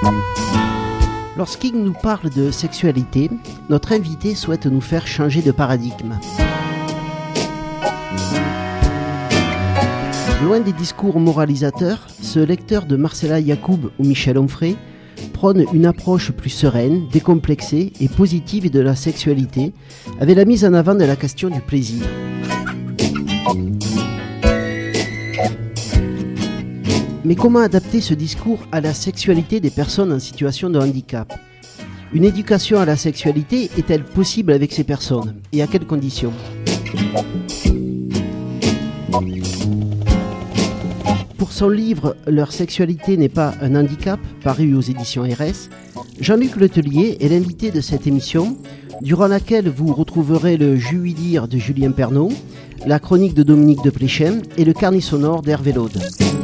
Lorsqu'il nous parle de sexualité, notre invité souhaite nous faire changer de paradigme. Loin des discours moralisateurs, ce lecteur de Marcella Yacoub ou Michel Onfray prône une approche plus sereine, décomplexée et positive de la sexualité, avec la mise en avant de la question du plaisir. Mais comment adapter ce discours à la sexualité des personnes en situation de handicap ? Une éducation à la sexualité est-elle possible avec ces personnes ? Et à quelles conditions ? Pour son livre « Leur sexualité n'est pas un handicap », paru aux éditions RS, Jean-Luc Letellier est l'invité de cette émission, durant laquelle vous retrouverez le Jus oui dire de Julien Pernaut, la chronique de Dominique de Pléchem et le carnet sonore d'Hervé Laude.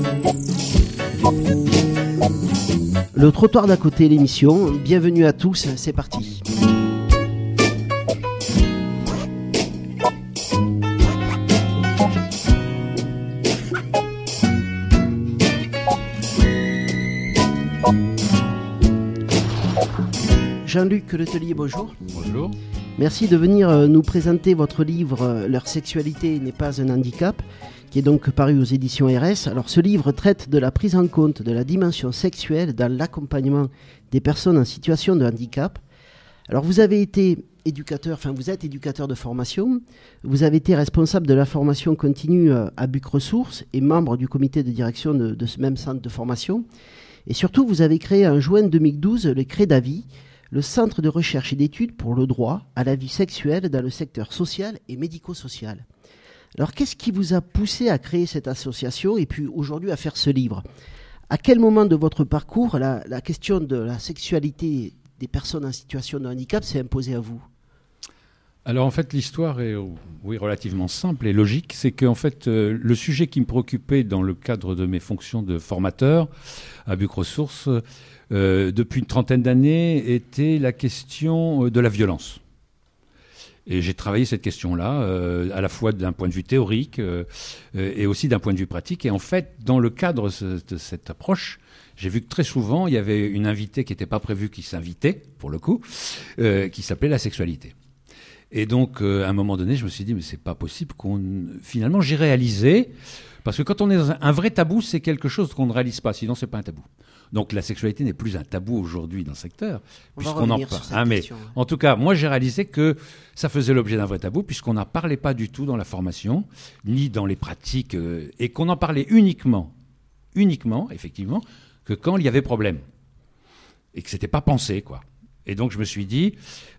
Le trottoir d'à côté, l'émission. Bienvenue à tous, c'est parti. Jean-Luc Letellier, bonjour. Bonjour. Merci de venir nous présenter votre livre « Leur sexualité n'est pas un handicap », qui est donc paru aux éditions RS. Alors ce livre traite de la prise en compte de la dimension sexuelle dans l'accompagnement des personnes en situation de handicap. Alors vous avez été éducateur, vous êtes éducateur de formation, vous avez été responsable de la formation continue à Buc Ressources et membre du comité de direction de ce même centre de formation. Et surtout, vous avez créé en juin 2012 le CREDAVI, le Centre de recherche et d'études pour le droit à la vie sexuelle dans le secteur social et médico-social. Alors, qu'est-ce qui vous a poussé à créer cette association et puis aujourd'hui à faire ce livre ? À quel moment de votre parcours la question de la sexualité des personnes en situation de handicap s'est imposée à vous ? Alors en fait, l'histoire est relativement simple et logique. C'est qu'en fait, le sujet qui me préoccupait dans le cadre de mes fonctions de formateur à Buc Ressources depuis une trentaine d'années était la question de la violence. Et j'ai travaillé cette question-là, à la fois d'un point de vue théorique et aussi d'un point de vue pratique. Et en fait, dans le cadre de cette approche, j'ai vu que très souvent, il y avait une invitée qui n'était pas prévue, qui s'invitait, pour le coup, qui s'appelait la sexualité. Et donc, à un moment donné, je me suis dit, mais c'est pas possible finalement, j'ai réalisé, parce que quand on est dans un vrai tabou, c'est quelque chose qu'on ne réalise pas, sinon c'est pas un tabou. Donc la sexualité n'est plus un tabou aujourd'hui dans le secteur, puisqu'on en parle. Mais en tout cas, moi j'ai réalisé que ça faisait l'objet d'un vrai tabou, puisqu'on n'en parlait pas du tout dans la formation, ni dans les pratiques, et qu'on en parlait uniquement, effectivement, que quand il y avait problème. Et que c'était pas pensé, quoi. Et donc je me suis dit,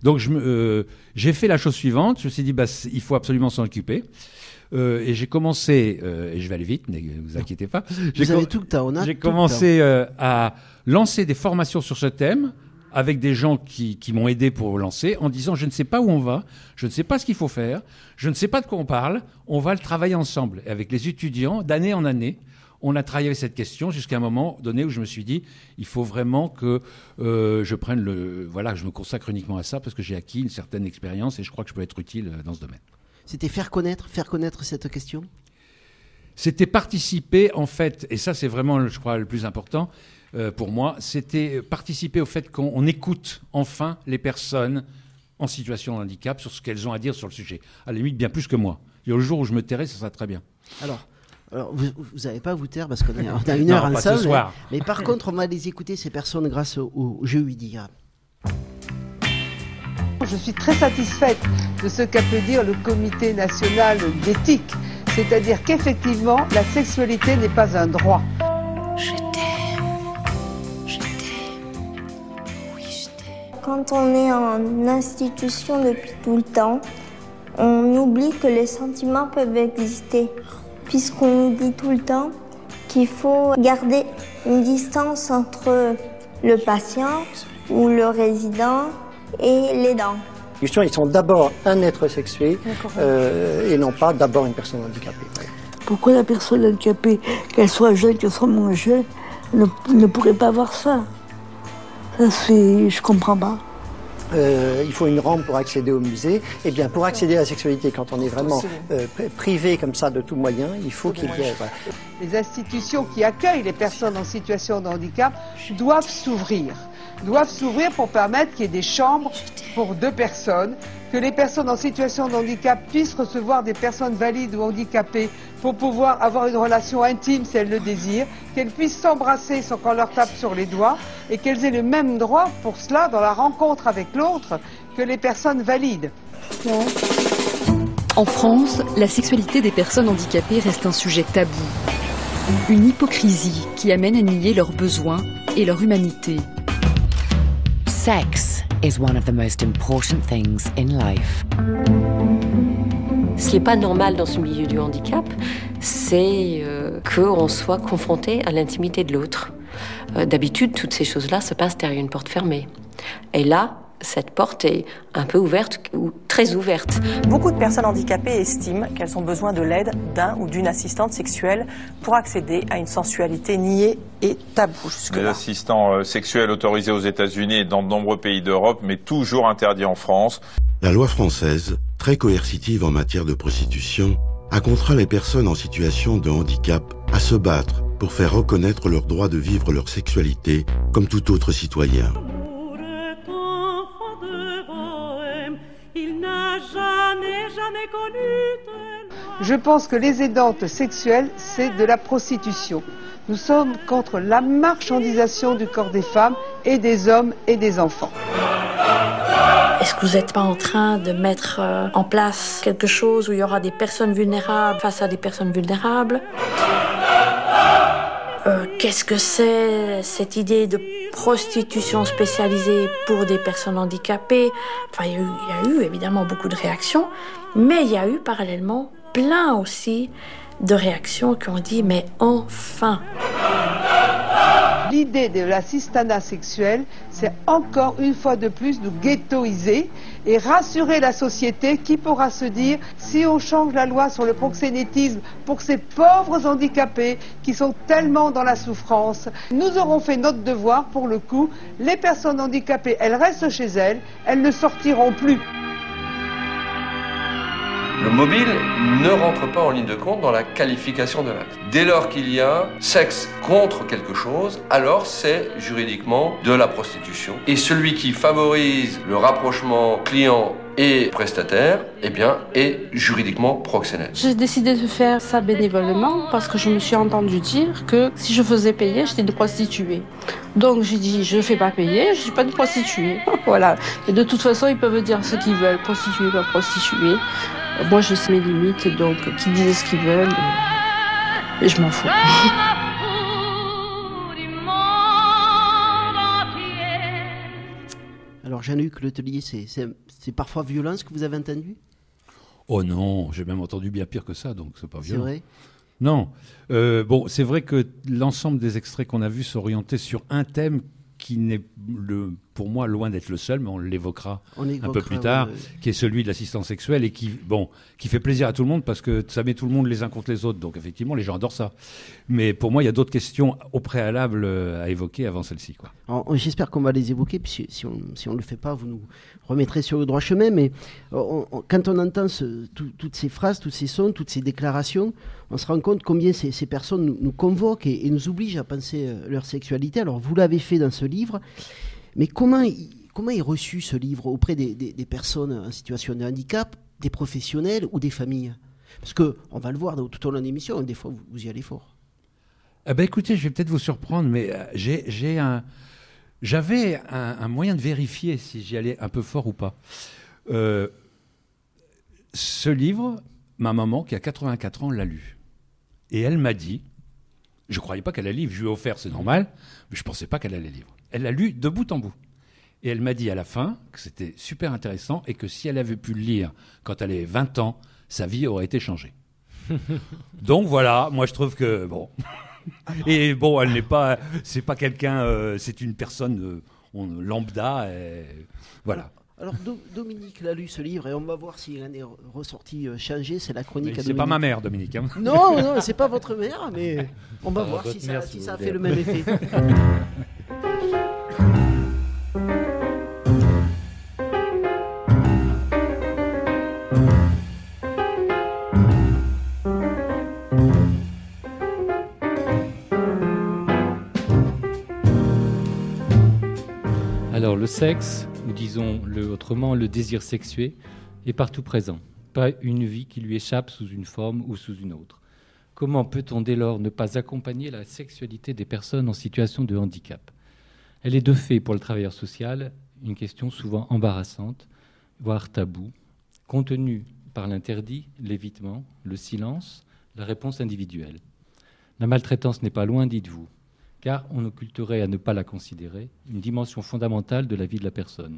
j'ai fait la chose suivante, je me suis dit, il faut absolument s'en occuper. Et j'ai commencé, et je vais aller vite, ne vous inquiétez pas. Vous avez tout le temps, on a J'ai commencé à lancer des formations sur ce thème avec des gens qui m'ont aidé pour lancer, en disant je ne sais pas où on va, je ne sais pas ce qu'il faut faire, je ne sais pas de quoi on parle, on va le travailler ensemble. Et avec les étudiants, d'année en année, on a travaillé avec cette question jusqu'à un moment donné où je me suis dit il faut vraiment que je prenne je me consacre uniquement à ça parce que j'ai acquis une certaine expérience et je crois que je peux être utile dans ce domaine. C'était faire connaître cette question ? C'était participer, en fait, et ça c'est vraiment, je crois, le plus important pour moi, c'était participer au fait qu'on écoute enfin les personnes en situation de handicap sur ce qu'elles ont à dire sur le sujet. À la limite, bien plus que moi. Et le jour où je me tairai, ça sera très bien. Alors vous n'avez pas à vous taire parce qu'on a une heure ensemble. Ce soir. Mais par contre, on va les écouter, ces personnes, grâce au Jus oui dire. Je suis très satisfaite de ce qu'a pu dire le Comité national d'éthique, c'est-à-dire qu'effectivement, la sexualité n'est pas un droit. Je t'aime, oui je t'aime. Quand on est en institution depuis tout le temps, on oublie que les sentiments peuvent exister, puisqu'on nous dit tout le temps qu'il faut garder une distance entre le patient ou le résident et les dents. Ils sont d'abord un être sexué et non pas d'abord une personne handicapée. Pourquoi la personne handicapée, qu'elle soit jeune, qu'elle soit moins jeune, ne pourrait pas avoir ça ? Ça, je comprends pas. il faut une rampe pour accéder au musée. Eh bien, pour accéder à la sexualité, quand on est vraiment privé comme ça de tout moyen, il faut qu'il y ait... Voilà. Les institutions qui accueillent les personnes en situation de handicap doivent s'ouvrir pour permettre qu'il y ait des chambres pour 2 personnes, que les personnes en situation de handicap puissent recevoir des personnes valides ou handicapées pour pouvoir avoir une relation intime si elles le désirent, qu'elles puissent s'embrasser sans qu'on leur tape sur les doigts et qu'elles aient le même droit pour cela dans la rencontre avec l'autre que les personnes valides. En France, la sexualité des personnes handicapées reste un sujet tabou. Une hypocrisie qui amène à nier leurs besoins et leur humanité. Sex is one of the most important things in life. Ce qui n'est pas normal dans ce milieu du handicap, c'est qu'on soit confronté à l'intimité de l'autre. D'habitude, toutes ces choses-là se passent derrière une porte fermée. Et là, cette porte est un peu ouverte ou très ouverte. Beaucoup de personnes handicapées estiment qu'elles ont besoin de l'aide d'un ou d'une assistante sexuelle pour accéder à une sensualité niée et taboue jusque-là. Les assistants sexuels autorisés aux États-Unis et dans de nombreux pays d'Europe, mais toujours interdits en France. La loi française, très coercitive en matière de prostitution, a contraint les personnes en situation de handicap à se battre pour faire reconnaître leur droit de vivre leur sexualité comme tout autre citoyen. Je pense que les aidantes sexuelles, c'est de la prostitution. Nous sommes contre la marchandisation du corps des femmes et des hommes et des enfants. Est-ce que vous n'êtes pas en train de mettre en place quelque chose où il y aura des personnes vulnérables face à des personnes vulnérables ? Qu'est-ce que c'est cette idée de prostitution spécialisée pour des personnes handicapées ? Enfin, il y a eu évidemment beaucoup de réactions, mais il y a eu parallèlement plein aussi de réactions qui ont dit « mais enfin !» L'idée de l'assistanat sexuel, c'est encore une fois de plus nous ghettoiser et rassurer la société qui pourra se dire si on change la loi sur le proxénétisme pour ces pauvres handicapés qui sont tellement dans la souffrance, nous aurons fait notre devoir pour le coup. Les personnes handicapées, elles restent chez elles, elles ne sortiront plus. Le mobile ne rentre pas en ligne de compte dans la qualification de l'acte. Dès lors qu'il y a sexe contre quelque chose, alors c'est juridiquement de la prostitution. Et celui qui favorise le rapprochement client et prestataire, eh bien, est juridiquement proxénète. J'ai décidé de faire ça bénévolement parce que je me suis entendu dire que si je faisais payer, j'étais une prostituée. Donc j'ai dit, je ne fais pas payer, je ne suis pas une prostituée. Voilà. Et de toute façon, ils peuvent dire ce qu'ils veulent, prostituée, pas prostituée. Moi, je sais mes limites, donc qu'ils disent ce qu'ils veulent, et je m'en fous. Alors, Jean-Luc Letellier, c'est parfois violent ce que vous avez entendu ? Oh non, j'ai même entendu bien pire que ça, donc c'est pas violent. C'est vrai ? Non. Bon, c'est vrai que l'ensemble des extraits qu'on a vus s'orientaient sur un thème qui n'est, pour moi, loin d'être le seul, mais on l'évoquera un peu plus tard, qui est celui de l'assistance sexuelle et qui fait plaisir à tout le monde parce que ça met tout le monde les uns contre les autres. Donc, effectivement, les gens adorent ça. Mais pour moi, il y a d'autres questions au préalable à évoquer avant celle-ci, quoi. Alors, j'espère qu'on va les évoquer, puis si on ne le fait pas, vous nous remettrez sur le droit chemin. Mais quand on entend toutes ces phrases, tous ces sons, toutes ces déclarations, on se rend compte combien ces personnes nous convoquent et nous obligent à penser leur sexualité. Alors, vous l'avez fait dans ce livre, mais comment est reçu ce livre auprès des personnes en situation de handicap, des professionnels ou des familles ? Parce qu'on va le voir tout au long de l'émission, des fois vous y allez fort. Eh ben, écoutez, je vais peut-être vous surprendre, mais j'avais un moyen de vérifier si j'y allais un peu fort ou pas. Ce livre, ma maman, qui a 84 ans, l'a lu. Et elle m'a dit, je ne croyais pas qu'elle allait lire, je lui ai offert, c'est normal, mais je ne pensais pas qu'elle allait lire. Elle l'a lu de bout en bout. Et elle m'a dit à la fin que c'était super intéressant et que si elle avait pu le lire quand elle avait 20 ans, sa vie aurait été changée. Donc voilà, moi je trouve que, bon... Et bon, elle n'est pas... C'est pas quelqu'un... c'est une personne lambda, et voilà. Alors Dominique l'a lu ce livre et on va voir s'il en est ressorti changé. C'est la chronique à Dominique. C'est pas ma mère, Dominique. Hein. Non, c'est pas votre mère, mais on va voir si ça a fait le même effet. Alors le sexe, ou disons-le autrement, le désir sexué, est partout présent. Pas une vie qui lui échappe sous une forme ou sous une autre. Comment peut-on dès lors ne pas accompagner la sexualité des personnes en situation de handicap ? Elle est de fait pour le travailleur social une question souvent embarrassante, voire taboue, contenue par l'interdit, l'évitement, le silence, la réponse individuelle. La maltraitance n'est pas loin, dites-vous, car on occulterait à ne pas la considérer une dimension fondamentale de la vie de la personne.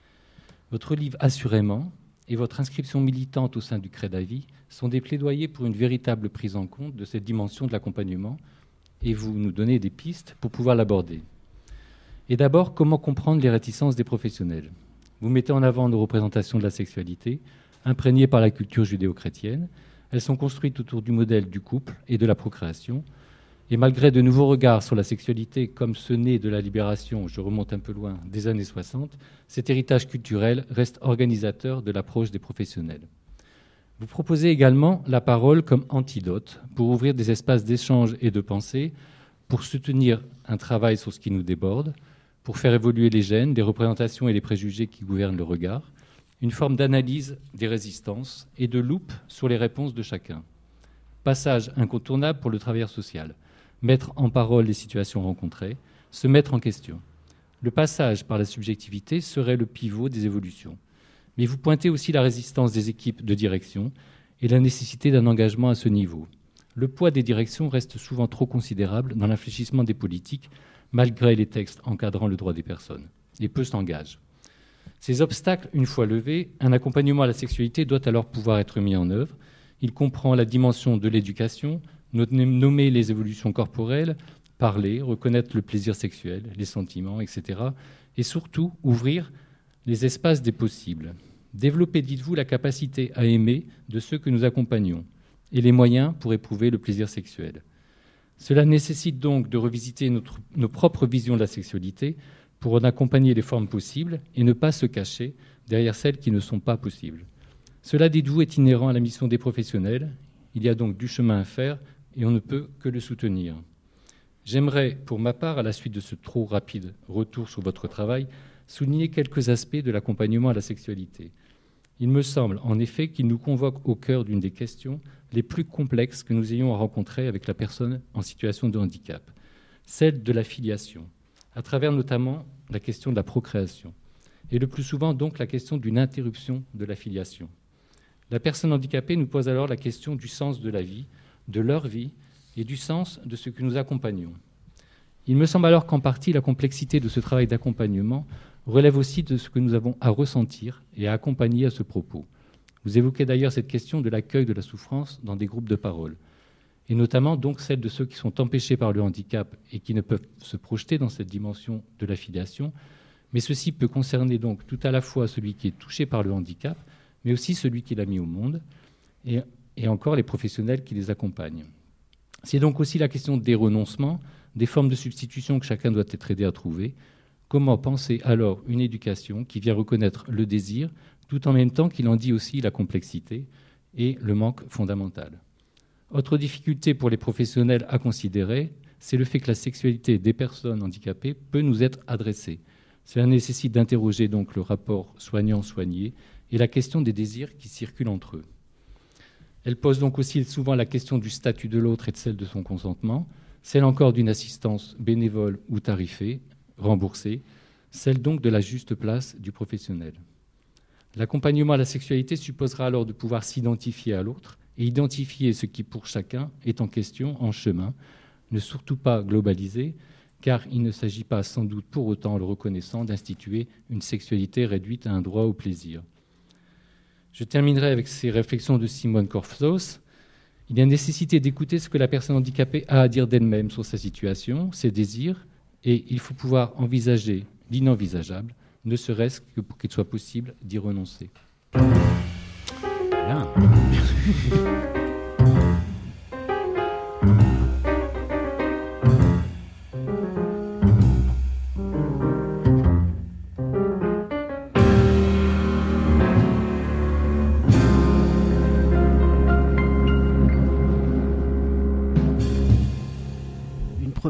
Votre livre, assurément, et votre inscription militante au sein du Crédavie sont des plaidoyers pour une véritable prise en compte de cette dimension de l'accompagnement, et vous nous donnez des pistes pour pouvoir l'aborder. Et d'abord, comment comprendre les réticences des professionnels ? Vous mettez en avant nos représentations de la sexualité, imprégnées par la culture judéo-chrétienne. Elles sont construites autour du modèle du couple et de la procréation. Et malgré de nouveaux regards sur la sexualité, comme ceux nés de la libération, je remonte un peu loin, des années 60, cet héritage culturel reste organisateur de l'approche des professionnels. Vous proposez également la parole comme antidote pour ouvrir des espaces d'échange et de pensée, pour soutenir un travail sur ce qui nous déborde, pour faire évoluer les gènes, les représentations et les préjugés qui gouvernent le regard, une forme d'analyse des résistances et de loupe sur les réponses de chacun. Passage incontournable pour le travailleur social. Mettre en parole les situations rencontrées, se mettre en question. Le passage par la subjectivité serait le pivot des évolutions. Mais vous pointez aussi la résistance des équipes de direction et la nécessité d'un engagement à ce niveau. Le poids des directions reste souvent trop considérable dans l'infléchissement des politiques, malgré les textes encadrant le droit des personnes, et peu s'engagent. Ces obstacles, une fois levés, un accompagnement à la sexualité doit alors pouvoir être mis en œuvre. Il comprend la dimension de l'éducation, nommer les évolutions corporelles, parler, reconnaître le plaisir sexuel, les sentiments, etc. Et surtout, ouvrir les espaces des possibles. Développer, dites-vous, la capacité à aimer de ceux que nous accompagnons et les moyens pour éprouver le plaisir sexuel. Cela nécessite donc de revisiter nos propres visions de la sexualité pour en accompagner les formes possibles et ne pas se cacher derrière celles qui ne sont pas possibles. Cela, dites-vous, est inhérent à la mission des professionnels. Il y a donc du chemin à faire et on ne peut que le soutenir. J'aimerais, pour ma part, à la suite de ce trop rapide retour sur votre travail, souligner quelques aspects de l'accompagnement à la sexualité. Il me semble, en effet, qu'il nous convoque au cœur d'une des questions les plus complexes que nous ayons à rencontrer avec la personne en situation de handicap, celle de la filiation, à travers notamment la question de la procréation, et le plus souvent donc la question d'une interruption de la filiation. La personne handicapée nous pose alors la question du sens de la vie, de leur vie, et du sens de ce que nous accompagnons. Il me semble alors qu'en partie, la complexité de ce travail d'accompagnement relève aussi de ce que nous avons à ressentir et à accompagner à ce propos. Vous évoquez d'ailleurs cette question de l'accueil de la souffrance dans des groupes de parole, et notamment donc celle de ceux qui sont empêchés par le handicap et qui ne peuvent se projeter dans cette dimension de la filiation, mais ceci peut concerner donc tout à la fois celui qui est touché par le handicap, mais aussi celui qui l'a mis au monde, et encore les professionnels qui les accompagnent. C'est donc aussi la question des renoncements, des formes de substitution que chacun doit être aidé à trouver. Comment penser alors une éducation qui vient reconnaître le désir, tout en même temps qu'il en dit aussi la complexité et le manque fondamental. Autre difficulté pour les professionnels à considérer, c'est le fait que la sexualité des personnes handicapées peut nous être adressée. Cela nécessite d'interroger donc le rapport soignant-soigné et la question des désirs qui circulent entre eux. Elle pose donc aussi souvent la question du statut de l'autre et de celle de son consentement, celle encore d'une assistance bénévole ou tarifée, remboursée, celle donc de la juste place du professionnel. L'accompagnement à la sexualité supposera alors de pouvoir s'identifier à l'autre et identifier ce qui pour chacun est en question, en chemin, ne surtout pas globaliser, car il ne s'agit pas sans doute pour autant, le reconnaissant, d'instituer une sexualité réduite à un droit au plaisir. Je terminerai avec ces réflexions de Simone Korfsos. Il y a nécessité d'écouter ce que la personne handicapée a à dire d'elle-même sur sa situation, ses désirs, et il faut pouvoir envisager l'inenvisageable, ne serait-ce que pour qu'il soit possible d'y renoncer. Bien.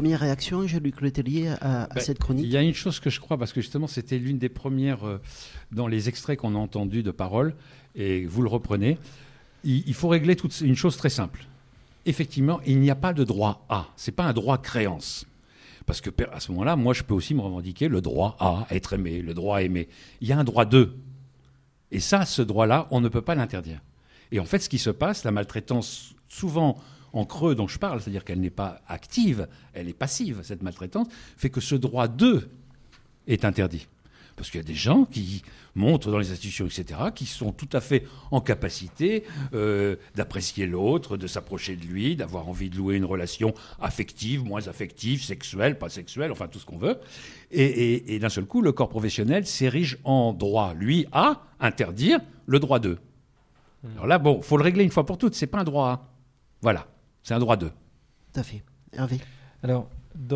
premières réactions, Jean-Luc Letellier, à cette chronique? Il y a une chose que je crois, parce que justement, c'était l'une des premières dans les extraits qu'on a entendus de paroles, et vous le reprenez. Il faut régler une chose très simple. Effectivement, il n'y a pas de droit à. Ce n'est pas un droit créance. Parce que à ce moment-là, moi, je peux aussi me revendiquer le droit à être aimé, le droit à aimer. Il y a un droit de. Et ça, ce droit-là, on ne peut pas l'interdire. Et en fait, ce qui se passe, la maltraitance, souvent en creux dont je parle, c'est-à-dire qu'elle n'est pas active, elle est passive, cette maltraitance, fait que ce droit de est interdit. Parce qu'il y a des gens qui montrent dans les institutions, etc., qui sont tout à fait en capacité d'apprécier l'autre, de s'approcher de lui, d'avoir envie de louer une relation affective, moins affective, sexuelle, pas sexuelle, enfin tout ce qu'on veut. Et d'un seul coup, le corps professionnel s'érige en droit, lui, à interdire le droit de. Alors là, bon, il faut le régler une fois pour toutes, c'est pas un droit à. Voilà, c'est un droit de. Tout à fait. Hervé. Alors,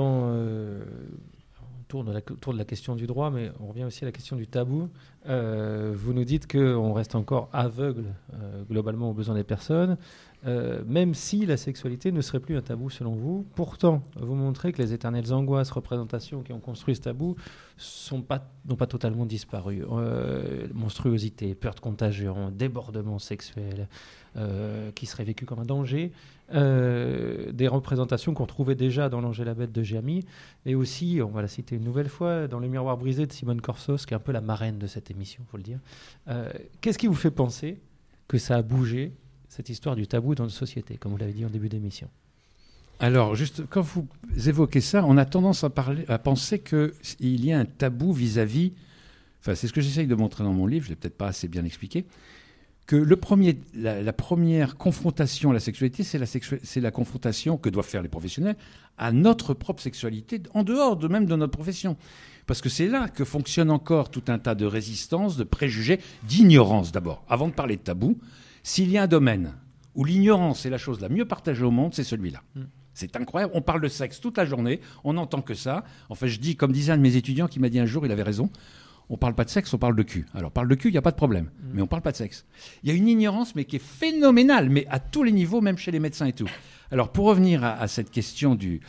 autour de la question du droit, mais on revient aussi à la question du tabou. Vous nous dites qu'on reste encore aveugle globalement aux besoins des personnes, même si la sexualité ne serait plus un tabou selon vous. Pourtant, vous montrez que les éternelles angoisses, représentations qui ont construit ce tabou n'ont pas totalement disparu. Monstruosité, peur de contagion, débordement sexuel, qui serait vécu comme un danger. Des représentations qu'on trouvait déjà dans L'Ange et la Bête de Jamy, et aussi, on va la citer une nouvelle fois, dans Le Miroir brisé de Simone Corsos, qui est un peu la marraine de cette émission, il faut le dire. Qu'est-ce qui vous fait penser que ça a bougé, cette histoire du tabou dans notre société, comme vous l'avez dit en début d'émission? Alors, juste, quand vous évoquez ça, on a tendance à penser qu'il y a un tabou vis-à-vis... Enfin, c'est ce que j'essaye de montrer dans mon livre, je ne l'ai peut-être pas assez bien expliqué, que la première confrontation à la sexualité, c'est la confrontation que doivent faire les professionnels à notre propre sexualité, en dehors même de notre profession. Parce que c'est là que fonctionne encore tout un tas de résistances, de préjugés, d'ignorance d'abord. Avant de parler de tabou, s'il y a un domaine où l'ignorance est la chose la mieux partagée au monde, c'est celui-là. C'est incroyable. On parle de sexe toute la journée, on n'entend que ça. Enfin, je dis, comme disait un de mes étudiants qui m'a dit un jour, il avait raison, on ne parle pas de sexe, on parle de cul. Alors, parle de cul, il n'y a pas de problème. Mais on ne parle pas de sexe. Il y a une ignorance, mais qui est phénoménale, mais à tous les niveaux, même chez les médecins et tout. Alors, pour revenir à cette question du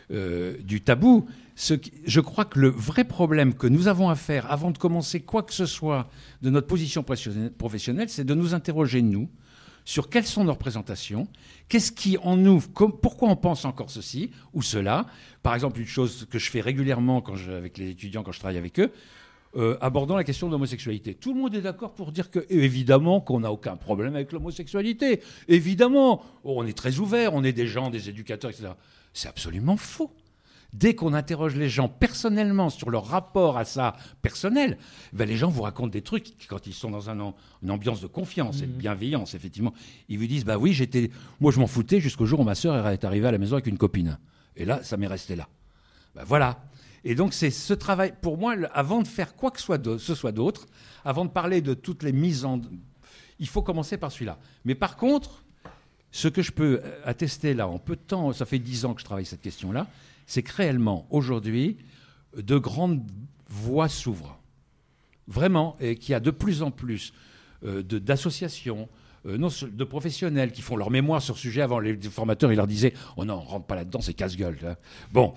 tabou, je crois que le vrai problème que nous avons à faire avant de commencer quoi que ce soit de notre position professionnelle, c'est de nous interroger, nous, sur quelles sont nos représentations, qu'est-ce qui en nous, pourquoi on pense encore ceci ou cela. Par exemple, une chose que je fais régulièrement avec les étudiants quand je travaille avec eux, abordant la question de l'homosexualité. Tout le monde est d'accord pour dire que, évidemment, qu'on n'a aucun problème avec l'homosexualité. Évidemment, on est très ouvert, on est des gens, des éducateurs, etc. C'est absolument faux. Dès qu'on interroge les gens personnellement sur leur rapport à ça personnel, les gens vous racontent des trucs quand ils sont dans une ambiance de confiance et de bienveillance, effectivement. Ils vous disent, oui, moi je m'en foutais jusqu'au jour où ma sœur est arrivée à la maison avec une copine. Et là, ça m'est resté là. Voilà. Et donc, c'est ce travail, pour moi, avant de faire quoi que ce soit d'autre, avant de parler de toutes les mises en... Il faut commencer par celui-là. Mais par contre, ce que je peux attester là, en peu de temps, ça fait 10 ans que je travaille cette question-là, c'est que réellement, aujourd'hui, de grandes voies s'ouvrent. Vraiment, et qu'il y a de plus en plus d'associations, de professionnels qui font leur mémoire sur ce sujet. Avant, les formateurs, ils leur disaient « Oh non, on ne rentre pas là-dedans, c'est casse-gueule. » Bon...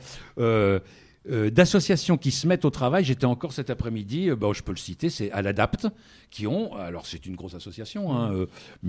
d'associations qui se mettent au travail. J'étais encore cet après-midi, je peux le citer, c'est à l'Adapt, qui ont, alors c'est une grosse association,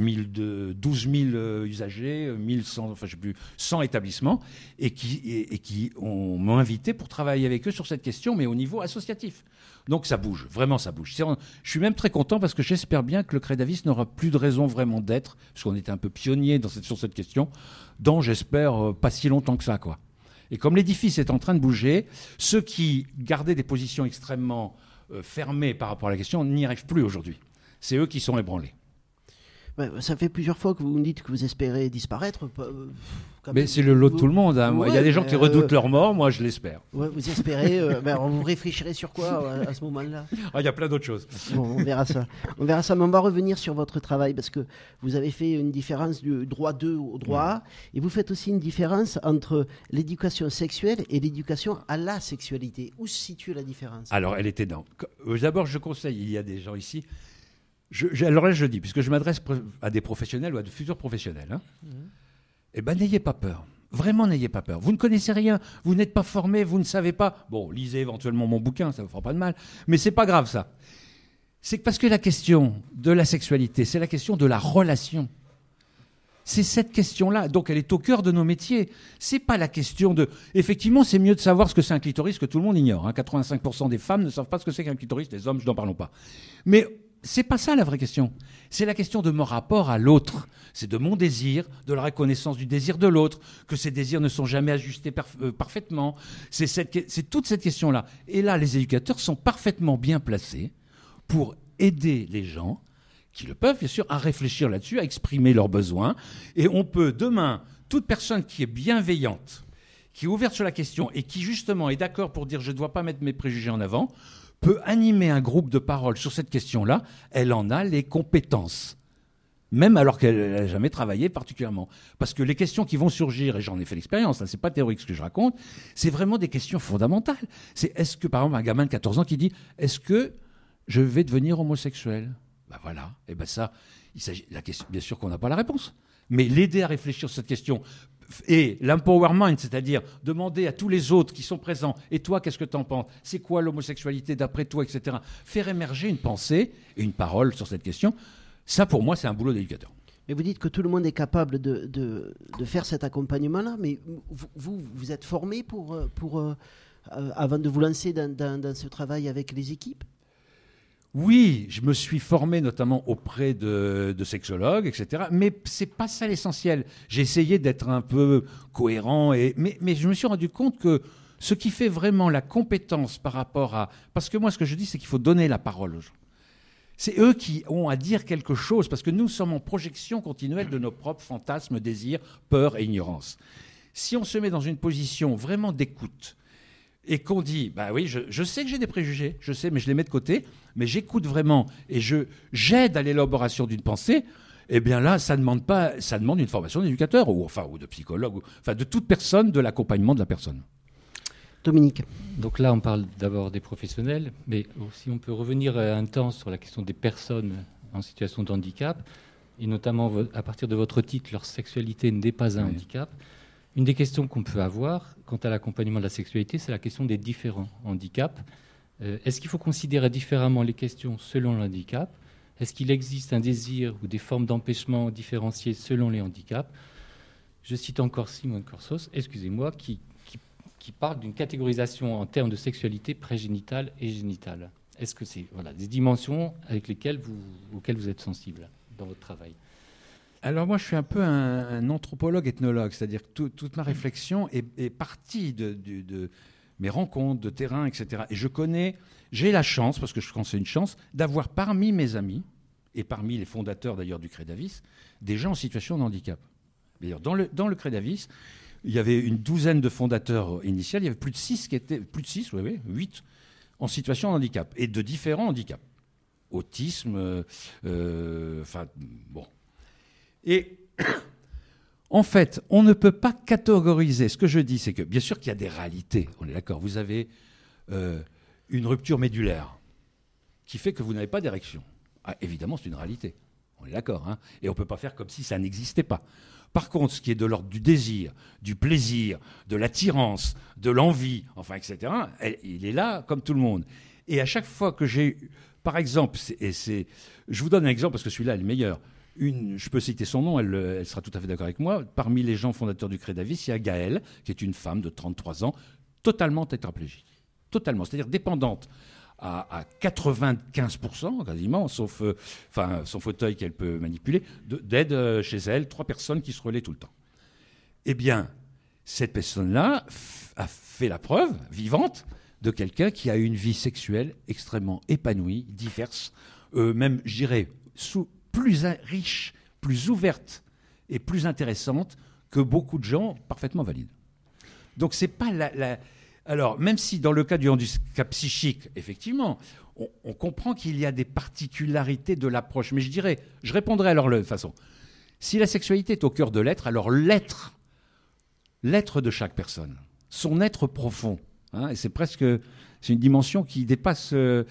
12 000 usagers, 1100, enfin je sais plus, 100 établissements, et qui m'ont invité pour travailler avec eux sur cette question, mais au niveau associatif. Donc ça bouge, vraiment ça bouge. Je suis même très content parce que j'espère bien que le Credavis n'aura plus de raison vraiment d'être, parce qu'on était un peu pionnier sur cette question, dans, j'espère, pas si longtemps que ça, quoi. Et comme l'édifice est en train de bouger, ceux qui gardaient des positions extrêmement fermées par rapport à la question n'y arrivent plus aujourd'hui. C'est eux qui sont ébranlés. Ça fait plusieurs fois que vous me dites que vous espérez disparaître. Mais c'est le lot de tout le monde. Hein. Il y a des gens qui redoutent leur mort, moi je l'espère. Ouais, vous espérez, vous réfléchirez sur quoi à ce moment-là? Il y a plein d'autres choses. Bon, on verra ça. Mais on va revenir sur votre travail parce que vous avez fait une différence du droit 2 au droit A et vous faites aussi une différence entre l'éducation sexuelle et l'éducation à la sexualité. Où se situe la différence? Alors, elle était dans... D'abord, je conseille, il y a des gens ici... Alors là, je dis, puisque je m'adresse à des professionnels ou à de futurs professionnels, n'ayez pas peur. vraiment, n'ayez pas peur. Vous ne connaissez rien, vous n'êtes pas formé, vous ne savez pas. Bon, lisez éventuellement mon bouquin, ça ne vous fera pas de mal. Mais c'est pas grave, ça. C'est parce que la question de la sexualité, c'est la question de la relation. C'est cette question-là. Donc, elle est au cœur de nos métiers. C'est pas la question de... Effectivement, c'est mieux de savoir ce que c'est un clitoris que tout le monde ignore. 85% des femmes ne savent pas ce que c'est qu'un clitoris. Les hommes, je n'en parle pas. Mais c'est pas ça la vraie question. C'est la question de mon rapport à l'autre. C'est de mon désir, de la reconnaissance du désir de l'autre, que ces désirs ne sont jamais ajustés parfaitement. C'est toute cette question-là. Et là, les éducateurs sont parfaitement bien placés pour aider les gens qui le peuvent, bien sûr, à réfléchir là-dessus, à exprimer leurs besoins. Et on peut, demain, toute personne qui est bienveillante, qui est ouverte sur la question et qui, justement, est d'accord pour dire « je ne dois pas mettre mes préjugés en avant », peut animer un groupe de parole sur cette question-là. Elle en a les compétences, même alors qu'elle n'a jamais travaillé particulièrement. Parce que les questions qui vont surgir, et j'en ai fait l'expérience, ce n'est pas théorique ce que je raconte, c'est vraiment des questions fondamentales. C'est est-ce que, par exemple, un gamin de 14 ans qui dit « est-ce que je vais devenir homosexuel ?» Ben voilà, et ben ça, il s'agit, la question, bien sûr qu'on n'a pas la réponse, mais l'aider à réfléchir sur cette question et l'empowerment, c'est-à-dire demander à tous les autres qui sont présents, et toi, qu'est-ce que tu en penses? C'est quoi l'homosexualité d'après toi, etc. Faire émerger une pensée et une parole sur cette question, ça pour moi c'est un boulot d'éducateur. Mais vous dites que tout le monde est capable de faire cet accompagnement-là, mais vous êtes formé pour avant de vous lancer dans ce travail avec les équipes? Oui, je me suis formé notamment auprès de sexologues, etc. Mais c'est pas ça l'essentiel. J'ai essayé d'être un peu cohérent, mais je me suis rendu compte que ce qui fait vraiment la compétence par rapport à... Parce que moi, ce que je dis, c'est qu'il faut donner la parole aux gens. C'est eux qui ont à dire quelque chose, parce que nous sommes en projection continuelle de nos propres fantasmes, désirs, peurs et ignorances. Si on se met dans une position vraiment d'écoute, et qu'on dit, bah oui, je sais que j'ai des préjugés, je sais, mais je les mets de côté, mais j'écoute vraiment et j'aide à l'élaboration d'une pensée, eh bien là, ça demande une formation d'éducateur ou de psychologue, de toute personne, de l'accompagnement de la personne. Dominique. Donc là, on parle d'abord des professionnels, mais aussi on peut revenir un temps sur la question des personnes en situation de handicap, et notamment à partir de votre titre, leur sexualité n'est pas un handicap. Une des questions qu'on peut avoir quant à l'accompagnement de la sexualité, c'est la question des différents handicaps. Est-ce qu'il faut considérer différemment les questions selon le handicap? Est-ce qu'il existe un désir ou des formes d'empêchement différenciées selon les handicaps? Je cite encore Simone Corsos, excusez-moi, qui parle d'une catégorisation en termes de sexualité prégénitale et génitale. Est-ce que c'est des dimensions auxquelles vous êtes sensible dans votre travail? Alors moi, je suis un peu un anthropologue ethnologue, c'est-à-dire que toute ma réflexion est partie de mes rencontres, de terrain, etc. Et j'ai la chance, parce que je pense que c'est une chance, d'avoir parmi mes amis, et parmi les fondateurs d'ailleurs du Crédavis, des gens en situation de handicap. D'ailleurs, dans le Crédavis, il y avait une douzaine de fondateurs initiaux, il y avait plus de 8 en situation de handicap, et de différents handicaps. Autisme, bon... Et en fait, on ne peut pas catégoriser. Ce que je dis, c'est que bien sûr qu'il y a des réalités, on est d'accord. Vous avez une rupture médulaire qui fait que vous n'avez pas d'érection. Ah, évidemment, c'est une réalité, on est d'accord. Hein, et on ne peut pas faire comme si ça n'existait pas. Par contre, ce qui est de l'ordre du désir, du plaisir, de l'attirance, de l'envie, etc., il est là comme tout le monde. Et à chaque fois que j'ai... Par exemple, je vous donne un exemple parce que celui-là est le meilleur. Je peux citer son nom, elle sera tout à fait d'accord avec moi. Parmi les gens fondateurs du Crédavis, il y a Gaëlle, qui est une femme de 33 ans, totalement tétraplégique. Totalement, c'est-à-dire dépendante à 95% quasiment, sauf son fauteuil qu'elle peut manipuler, d'aide chez elle, 3 personnes qui se relaient tout le temps. Eh bien, cette personne-là a fait la preuve vivante de quelqu'un qui a une vie sexuelle extrêmement épanouie, diverse, même, je dirais, plus riche, plus ouverte et plus intéressante que beaucoup de gens parfaitement valides. Donc c'est pas Alors même si dans le cas du handicap psychique, effectivement, on comprend qu'il y a des particularités de l'approche, mais je répondrai alors de façon. Si la sexualité est au cœur de l'être, alors l'être de chaque personne, son être profond, et c'est une dimension qui dépasse,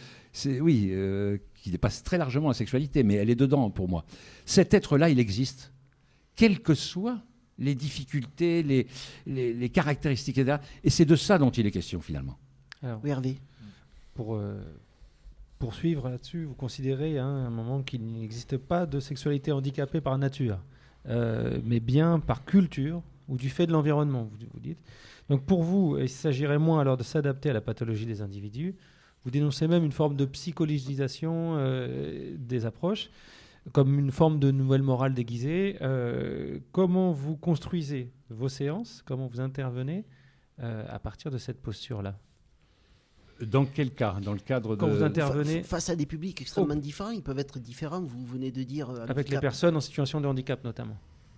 qui dépasse très largement la sexualité, mais elle est dedans pour moi. Cet être-là, il existe, quelle que soit les difficultés, les caractéristiques, etc. Et c'est de ça dont il est question finalement. Alors, oui, Hervé. Pour poursuivre là-dessus, vous considérez à un moment qu'il n'existe pas de sexualité handicapée par nature, mais bien par culture ou du fait de l'environnement, vous dites. Donc pour vous, il s'agirait moins alors de s'adapter à la pathologie des individus. Vous dénoncez même une forme de psychologisation des approches, comme une forme de nouvelle morale déguisée. Comment vous construisez vos séances? Comment vous intervenez à partir de cette posture-là? Dans quel cas? Dans le cadre Quand vous intervenez face à des publics extrêmement différents, ils peuvent être différents, vous venez de dire... avec les personnes en situation de handicap notamment.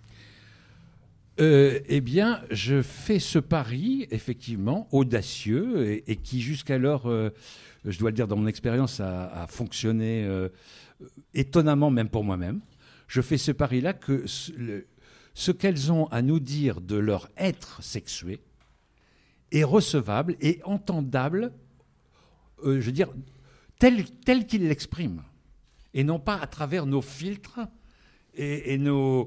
Eh bien, je fais ce pari, effectivement, audacieux, et qui jusqu'alors, je dois le dire dans mon expérience, a fonctionné étonnamment même pour moi-même. Je fais ce pari-là que ce qu'elles ont à nous dire de leur être sexué est recevable et entendable, je veux dire, tel qu'ils l'expriment, et non pas à travers nos filtres et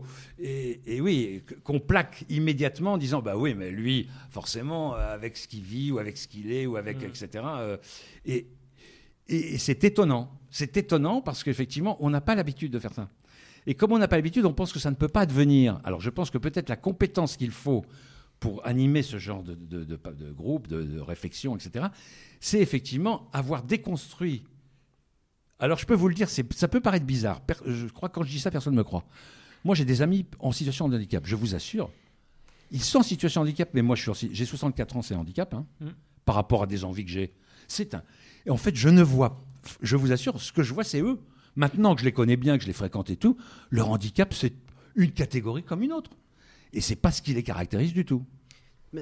oui, qu'on plaque immédiatement en disant bah oui, mais lui, forcément, avec ce qu'il vit ou avec ce qu'il est ou avec etc. Et c'est étonnant. C'est étonnant parce qu'effectivement, on n'a pas l'habitude de faire ça. Et comme on n'a pas l'habitude, on pense que ça ne peut pas advenir. Alors je pense que peut-être la compétence qu'il faut pour animer ce genre de groupe, de réflexion, etc., c'est effectivement avoir déconstruit. Alors je peux vous le dire, ça peut paraître bizarre. Je crois que quand je dis ça, personne ne me croit. Moi, j'ai des amis en situation de handicap, je vous assure. Ils sont en situation de handicap, mais moi, j'ai 64 ans, c'est un handicap, par rapport à des envies que j'ai. Et en fait, je vous assure, ce que je vois, c'est eux. Maintenant que je les connais bien, que je les fréquente et tout, leur handicap, c'est une catégorie comme une autre. Et c'est pas ce qui les caractérise du tout. Mais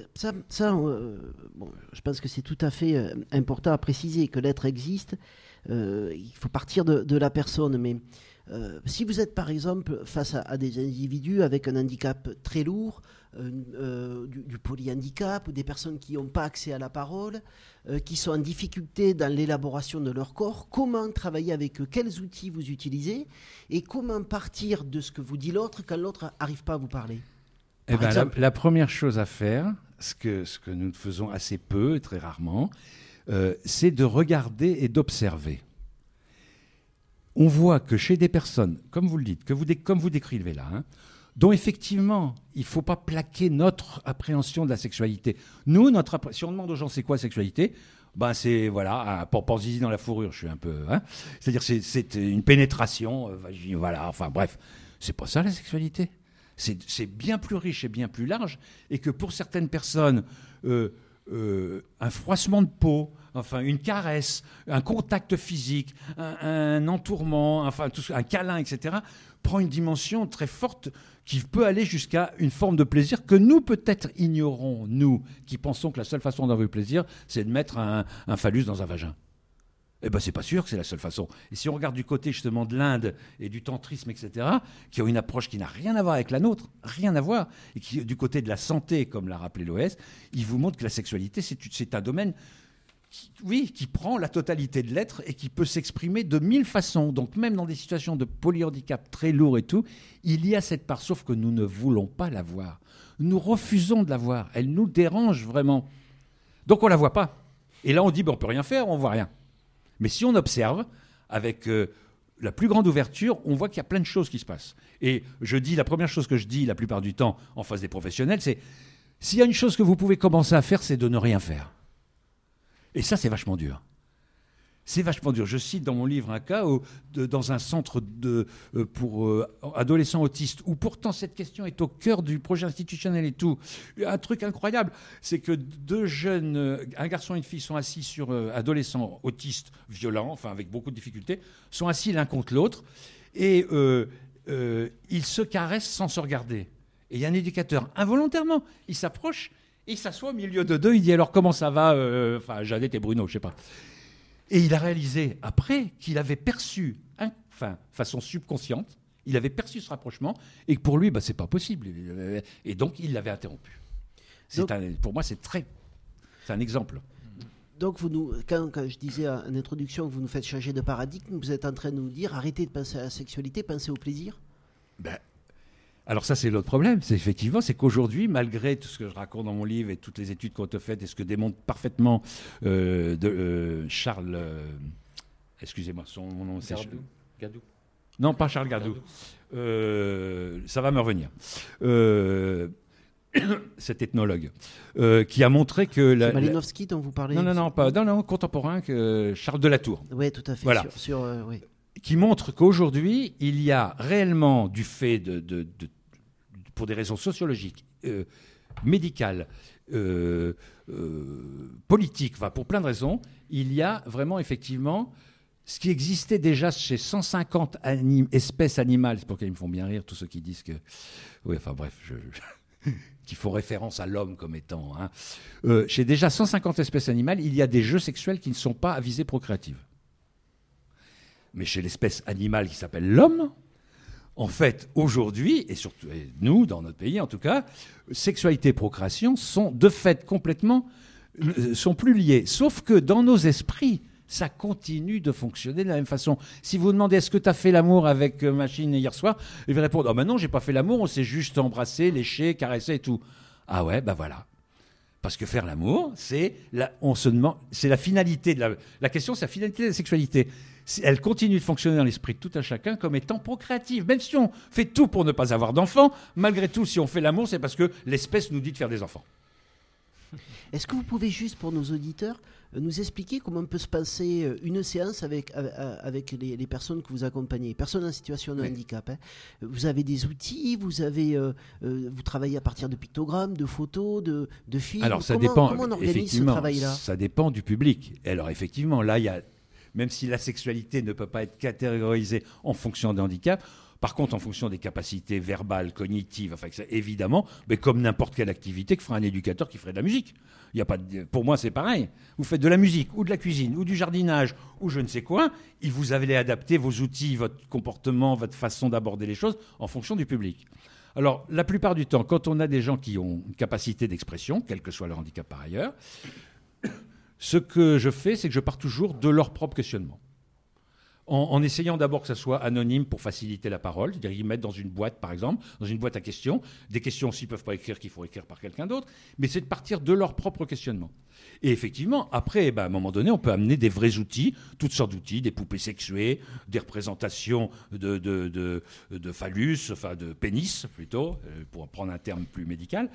bon, je pense que c'est tout à fait important à préciser que l'être existe. Il faut partir de la personne. Mais si vous êtes par exemple face à des individus avec un handicap très lourd, du polyhandicap, ou des personnes qui n'ont pas accès à la parole, qui sont en difficulté dans l'élaboration de leur corps, comment travailler avec eux? Quels outils vous utilisez? Et comment partir de ce que vous dit l'autre quand l'autre n'arrive pas à vous parler? La première chose à faire, ce que nous faisons assez peu et très rarement, c'est de regarder et d'observer. On voit que chez des personnes, comme vous le dites, comme vous décrivez là, dont effectivement, il ne faut pas plaquer notre appréhension de la sexualité. Nous, si on demande aux gens c'est quoi la sexualité, c'est voilà, un pampanzizi dans la fourrure, je suis un peu... c'est-à-dire c'est une pénétration, voilà, enfin bref, c'est pas ça la sexualité. C'est bien plus riche et bien plus large, et que pour certaines personnes, un froissement de peau, enfin une caresse, un contact physique, un entourement, enfin un câlin, etc., prend une dimension très forte qui peut aller jusqu'à une forme de plaisir que nous peut-être ignorons, nous, qui pensons que la seule façon d'avoir du plaisir, c'est de mettre un phallus dans un vagin. Eh bien, c'est pas sûr que c'est la seule façon. Et si on regarde du côté justement de l'Inde et du tantrisme, etc., qui ont une approche qui n'a rien à voir avec la nôtre, rien à voir, et qui, du côté de la santé, comme l'a rappelé l'OS, ils vous montrent que la sexualité, c'est un domaine qui prend la totalité de l'être et qui peut s'exprimer de 1000 façons. Donc même dans des situations de polyhandicap très lourds et tout, il y a cette part, sauf que nous ne voulons pas la voir. Nous refusons de la voir. Elle nous dérange vraiment. Donc on ne la voit pas. Et là, on dit, on ne peut rien faire, on ne voit rien. Mais si on observe, avec la plus grande ouverture, on voit qu'il y a plein de choses qui se passent. Et la première chose que je dis la plupart du temps en face des professionnels, c'est s'il y a une chose que vous pouvez commencer à faire, c'est de ne rien faire. Et ça, c'est vachement dur. C'est vachement dur. Je cite dans mon livre un cas dans un centre pour adolescents autistes, où pourtant cette question est au cœur du projet institutionnel et tout. Un truc incroyable, c'est que deux jeunes, un garçon et une fille, sont assis sur adolescents autistes violents, enfin avec beaucoup de difficultés, sont assis l'un contre l'autre, et ils se caressent sans se regarder. Et il y a un éducateur, involontairement, il s'approche, et il s'assoit au milieu de deux, il dit « Alors comment ça va Jeannette et Bruno, je sais pas ». Et il a réalisé après qu'il avait perçu, façon subconsciente, il avait perçu ce rapprochement, et que pour lui, c'est pas possible. Et donc, il l'avait interrompu. Pour moi, c'est un exemple. Donc, quand je disais en introduction que vous nous faites changer de paradigme, vous êtes en train de nous dire arrêtez de penser à la sexualité, pensez au plaisir. Alors ça, c'est l'autre problème. C'est qu'aujourd'hui, malgré tout ce que je raconte dans mon livre et toutes les études qui ont été faites et ce que démontre parfaitement Charles... excusez-moi, mon nom c'est... Gadou. Non, pas Charles Gadou. Ça va me revenir. Cet ethnologue qui a montré que... C'est Malinowski dont vous parlez? Non, contemporain, que Charles Delatour. Oui, tout à fait. Voilà. Oui. Qui montre qu'aujourd'hui, il y a réellement, du fait pour des raisons sociologiques, médicales, politiques, pour plein de raisons, il y a vraiment, effectivement, ce qui existait déjà chez 150 espèces animales, c'est pour qu'ils me font bien rire, tous ceux qui disent que... Oui, enfin bref, qui font référence à l'homme comme étant... chez déjà 150 espèces animales, il y a des jeux sexuels qui ne sont pas à visée procréative. Mais chez l'espèce animale qui s'appelle l'homme, en fait, aujourd'hui, et surtout et nous, dans notre pays en tout cas, sexualité et procréation sont de fait complètement... sont plus liés. Sauf que dans nos esprits, ça continue de fonctionner de la même façon. Si vous demandez est-ce que tu as fait l'amour avec Machine hier soir, il va répondre « Ah ben non, j'ai pas fait l'amour, on s'est juste embrassé, léché, caressé et tout. » Ah ouais, ben voilà. Parce que faire l'amour, c'est la finalité de la question, c'est la finalité de la sexualité. Elle continue de fonctionner dans l'esprit de tout un chacun comme étant procréative. Même si on fait tout pour ne pas avoir d'enfants, malgré tout, si on fait l'amour, c'est parce que l'espèce nous dit de faire des enfants. Est-ce que vous pouvez juste, pour nos auditeurs, nous expliquer comment peut se passer une séance avec les personnes que vous accompagnez, personnes en situation de handicap, hein. Vous avez des outils, vous travaillez à partir de pictogrammes, de photos, de films. Alors ça dépend. Comment on organise ce travail-là? Ça dépend du public. Et alors effectivement, là, même si la sexualité ne peut pas être catégorisée en fonction des handicaps, par contre, en fonction des capacités verbales, cognitives, évidemment, mais comme n'importe quelle activité que ferait un éducateur qui ferait de la musique. Pour moi, c'est pareil. Vous faites de la musique, ou de la cuisine, ou du jardinage, ou je ne sais quoi, et vous allez adapter vos outils, votre comportement, votre façon d'aborder les choses en fonction du public. Alors, la plupart du temps, quand on a des gens qui ont une capacité d'expression, quel que soit leur handicap par ailleurs, ce que je fais, c'est que je pars toujours de leur propre questionnement. En essayant d'abord que ça soit anonyme pour faciliter la parole, c'est-à-dire qu'ils mettent dans une boîte, par exemple, dans une boîte à questions, des questions s'ils ne peuvent pas écrire, qu'il faut écrire par quelqu'un d'autre, mais c'est de partir de leur propre questionnement. Et effectivement, après, à un moment donné, on peut amener des vrais outils, toutes sortes d'outils, des poupées sexuées, des représentations de phallus, enfin de pénis plutôt, pour prendre un terme plus médical,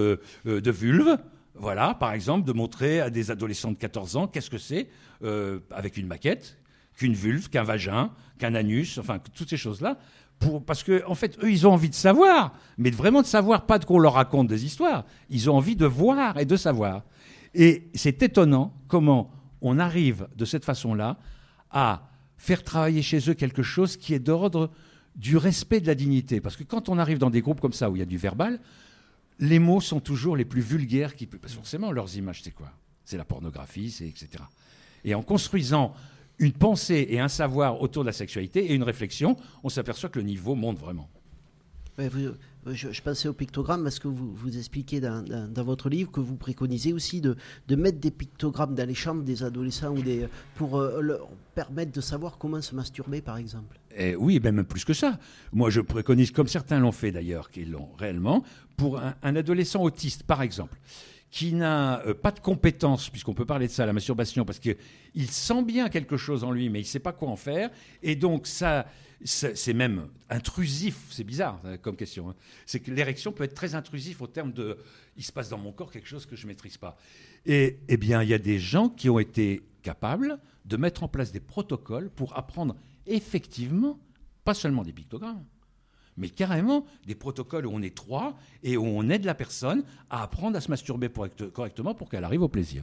de vulve. Voilà, par exemple, de montrer à des adolescents de 14 ans qu'est-ce que c'est, avec une maquette, qu'une vulve, qu'un vagin, qu'un anus, enfin, toutes ces choses-là, parce que, en fait, eux, ils ont envie de savoir, mais vraiment de savoir, pas qu'on leur raconte des histoires. Ils ont envie de voir et de savoir. Et c'est étonnant comment on arrive, de cette façon-là, à faire travailler chez eux quelque chose qui est d'ordre du respect de la dignité. Parce que quand on arrive dans des groupes comme ça, où il y a du verbal, les mots sont toujours les plus vulgaires qui peuvent. Parce que forcément, leurs images, c'est quoi? C'est la pornographie, c'est etc. Et en construisant une pensée et un savoir autour de la sexualité et une réflexion, on s'aperçoit que le niveau monte vraiment. Ouais, je pensais au pictogramme parce que vous expliquez dans votre livre que vous préconisez aussi de mettre des pictogrammes dans les chambres des adolescents pour leur permettre de savoir comment se masturber, par exemple. Oui, même plus que ça. Moi, je préconise, comme certains l'ont fait d'ailleurs, qu'ils l'ont réellement, pour un adolescent autiste, par exemple, qui n'a pas de compétences, puisqu'on peut parler de ça, la masturbation, parce qu'il sent bien quelque chose en lui, mais il ne sait pas quoi en faire. Et donc, c'est même intrusif. C'est bizarre comme question. Hein. C'est que l'érection peut être très intrusif au terme de « il se passe dans mon corps quelque chose que je ne maîtrise pas ». Et eh bien, il y a des gens qui ont été capables de mettre en place des protocoles pour apprendre effectivement, pas seulement des pictogrammes, mais carrément des protocoles où on est trois et où on aide la personne à apprendre à se masturber correctement pour qu'elle arrive au plaisir.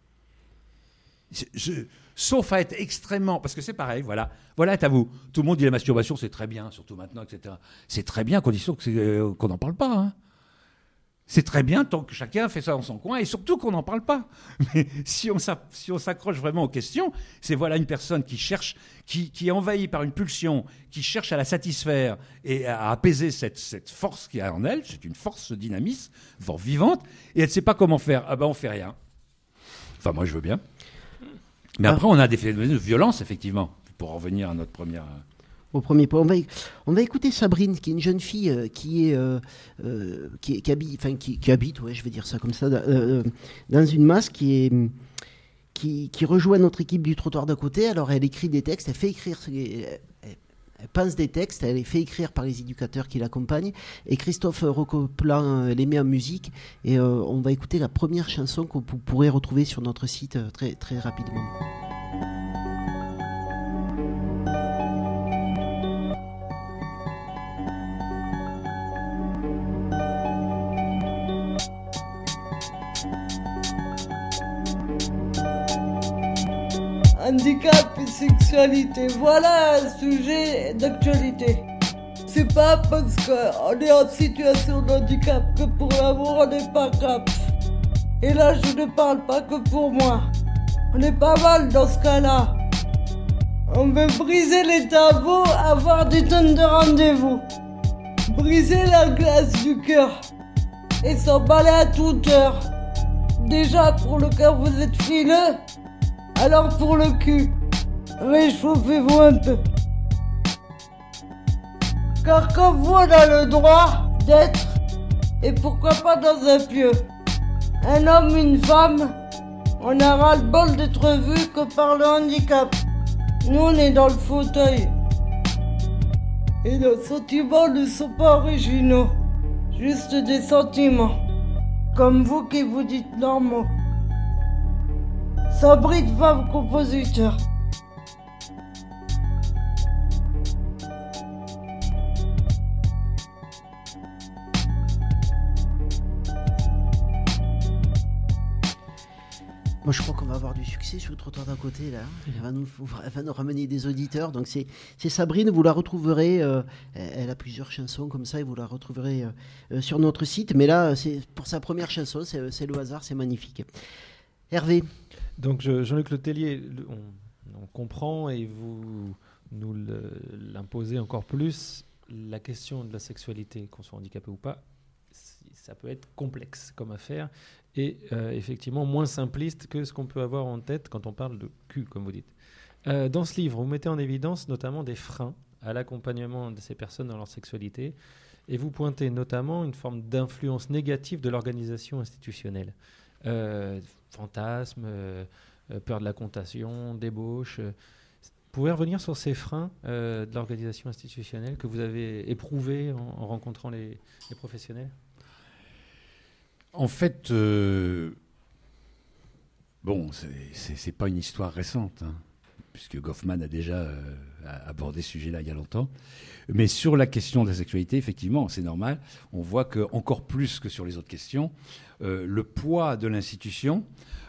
Sauf à être extrêmement... Parce que c'est pareil, voilà tabou. Tout le monde dit la masturbation, c'est très bien, surtout maintenant, etc. C'est très bien, à condition qu'on n'en parle pas. Hein. C'est très bien tant que chacun fait ça dans son coin et surtout qu'on n'en parle pas. Mais si on s'accroche vraiment aux questions, c'est une personne qui cherche, qui est envahie par une pulsion, qui cherche à la satisfaire et à apaiser cette force qu'il y a en elle. C'est une force, ce dynamisme, force vivante, et elle ne sait pas comment faire. Ah ben on fait rien. Enfin moi je veux bien. Mais après on a des phénomènes de violence, effectivement, pour en revenir à notre première... Au premier point, on va écouter Sabrine, qui est une jeune fille qui habite, ouais, je vais dire ça comme ça, dans une masse qui rejoint notre équipe du trottoir d'à côté. Alors elle écrit des textes, elle fait écrire, elle pense des textes, elle les fait écrire par les éducateurs qui l'accompagnent. Et Christophe Recoplan les met en musique. Et on va écouter la première chanson que vous pourrez retrouver sur notre site très, très rapidement. Handicap et sexualité, voilà un sujet d'actualité. C'est pas parce qu'on est en situation de handicap que pour l'amour on n'est pas capable. Et là je ne parle pas que pour moi. On est pas mal dans ce cas-là. On veut briser les tabous, avoir des tonnes de rendez-vous. Briser la glace du cœur et s'emballer à toute heure. Déjà pour le cœur vous êtes frileux. Alors pour le cul, réchauffez-vous un peu. Car comme vous, on a le droit d'être, et pourquoi pas dans un pieu. Un homme, une femme, on a ras-le-bol d'être vu que par le handicap. Nous, on est dans le fauteuil. Et nos sentiments ne sont pas originaux, juste des sentiments. Comme vous qui vous dites normaux. Sabrine, femme compositeur. Moi, je crois qu'on va avoir du succès sur le trottoir d'à côté, là. Elle va nous ramener des auditeurs. Donc, c'est Sabrine, vous la retrouverez. Elle a plusieurs chansons comme ça et vous la retrouverez sur notre site. Mais là, pour sa première chanson, c'est le hasard, c'est magnifique. Hervé. Donc Jean-Luc Letellier, on comprend et vous nous l'imposez encore plus, la question de la sexualité, qu'on soit handicapé ou pas, ça peut être complexe comme affaire et effectivement moins simpliste que ce qu'on peut avoir en tête quand on parle de cul, comme vous dites. Dans ce livre, vous mettez en évidence notamment des freins à l'accompagnement de ces personnes dans leur sexualité et vous pointez notamment une forme d'influence négative de l'organisation institutionnelle. Fantasmes, peur de la contagion, débauche. Vous pouvez revenir sur ces freins de l'organisation institutionnelle que vous avez éprouvés en rencontrant les professionnels ? En fait, bon, c'est pas une histoire récente, hein, puisque Goffman a déjà abordé ce sujet-là il y a longtemps. Mais sur la question de la sexualité, effectivement, c'est normal. On voit qu'encore plus que sur les autres questions, le poids de l'institution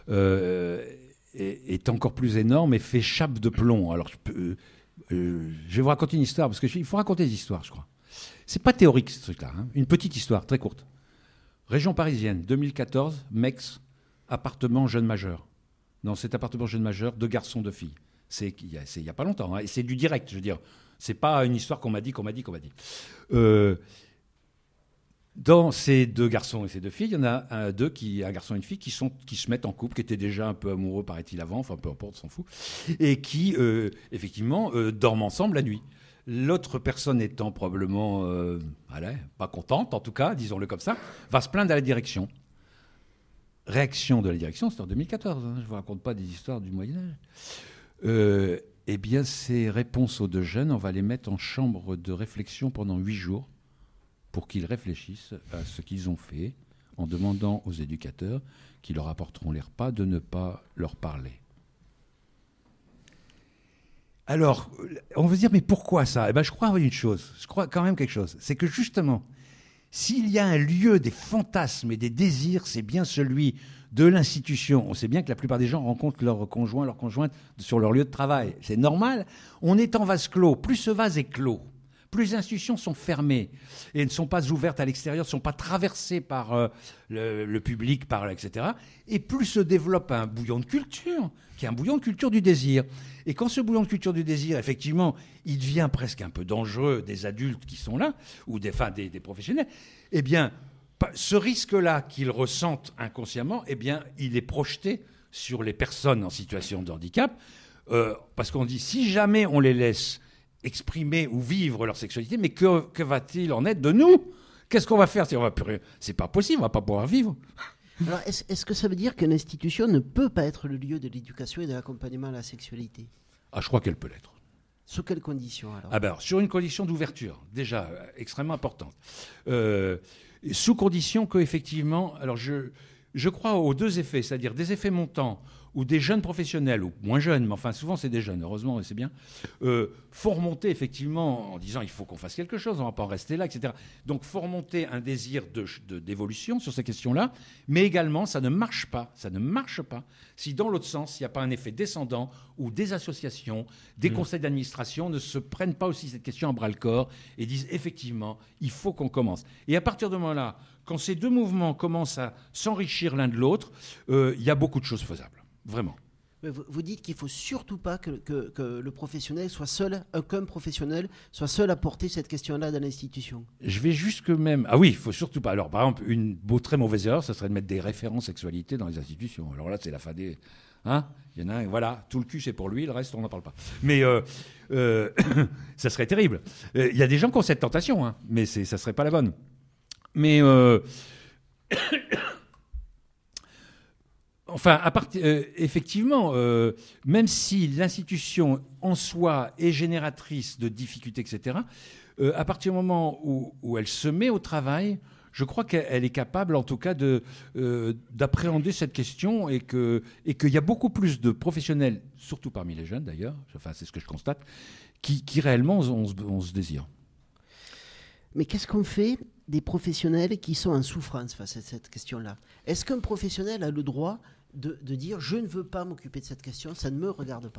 est encore plus énorme et fait chape de plomb. Alors, je vais vous raconter une histoire, parce qu'il faut raconter des histoires, je crois. C'est pas théorique, ce truc-là. Hein. Une petite histoire, très courte. Région parisienne, 2014, Mex, appartement jeune majeur. Dans cet appartement jeune majeur, 2 garçons, 2 filles. C'est il y a pas longtemps, hein, et c'est du direct, je veux dire. C'est pas une histoire qu'on m'a dit. Dans ces 2 garçons et ces 2 filles, il y en a un garçon et une fille qui se mettent en couple, qui étaient déjà un peu amoureux, paraît-il, avant, enfin peu importe, on s'en fout, et qui, effectivement, dorment ensemble la nuit. L'autre personne étant probablement pas contente, en tout cas, disons-le comme ça, va se plaindre à la direction. Réaction de la direction, c'est en 2014, hein, je ne vous raconte pas des histoires du Moyen-Âge. Eh bien, ces réponses aux 2 jeunes, on va les mettre en chambre de réflexion pendant 8 jours pour qu'ils réfléchissent à ce qu'ils ont fait en demandant aux éducateurs qui leur apporteront les repas de ne pas leur parler. Alors, on va se dire, mais pourquoi ça ? Eh bien, je crois quand même quelque chose. C'est que justement, s'il y a un lieu des fantasmes et des désirs, c'est bien celui de l'institution. On sait bien que la plupart des gens rencontrent leur conjoint, leur conjointe sur leur lieu de travail. C'est normal. On est en vase clos. Plus ce vase est clos, plus les institutions sont fermées et ne sont pas ouvertes à l'extérieur, ne sont pas traversées par le public, etc. Et plus se développe un bouillon de culture, qui est un bouillon de culture du désir. Et quand ce bouillon de culture du désir, effectivement, il devient presque un peu dangereux des adultes qui sont là, ou des professionnels, eh bien, ce risque-là qu'ils ressentent inconsciemment, eh bien, il est projeté sur les personnes en situation de handicap, parce qu'on dit, si jamais on les laisse exprimer ou vivre leur sexualité, mais que va-t-il en être de nous ? Qu'est-ce qu'on va faire si on va plus... C'est pas possible, on va pas pouvoir vivre. Alors, est-ce que ça veut dire qu'une institution ne peut pas être le lieu de l'éducation et de l'accompagnement à la sexualité ? Ah, je crois qu'elle peut l'être. Sous quelles conditions alors ? Ah ben alors, sur une condition d'ouverture, déjà extrêmement importante. Sous condition qu'effectivement, alors je crois aux deux effets, c'est-à-dire des effets montants où des jeunes professionnels, ou moins jeunes, mais enfin souvent c'est des jeunes, heureusement, et c'est bien, font remonter effectivement en disant il faut qu'on fasse quelque chose, on ne va pas en rester là, etc. Donc font remonter un désir d'évolution sur ces questions-là, mais également ça ne marche pas si dans l'autre sens, il n'y a pas un effet descendant où des associations, des conseils d'administration ne se prennent pas aussi cette question à bras-le-corps et disent effectivement il faut qu'on commence. Et à partir de ce moment-là, quand ces deux mouvements commencent à s'enrichir l'un de l'autre, il y a beaucoup de choses faisables. Vraiment. Mais vous dites qu'il ne faut surtout pas que le professionnel soit seul, qu'un professionnel soit seul à porter cette question-là dans l'institution. Je vais jusque même... Ah oui, il ne faut surtout pas. Alors, par exemple, une très mauvaise erreur, ça serait de mettre des référents sexualité dans les institutions. Alors là, c'est la fin des... Hein ? Il y en a un, voilà, tout le cul, c'est pour lui, le reste, on n'en parle pas. Mais ça serait terrible. Il y a des gens qui ont cette tentation, hein, mais ça ne serait pas la bonne. Mais... Enfin, effectivement, même si l'institution en soi est génératrice de difficultés, etc., à partir du moment où elle se met au travail, je crois qu'elle est capable, en tout cas, d'appréhender cette question et qu'il y a beaucoup plus de professionnels, surtout parmi les jeunes d'ailleurs, enfin, c'est ce que je constate, qui réellement ont ce désir. Mais qu'est-ce qu'on fait des professionnels qui sont en souffrance face à cette question-là ? Est-ce qu'un professionnel a le droit de dire « je ne veux pas m'occuper de cette question, ça ne me regarde pas ».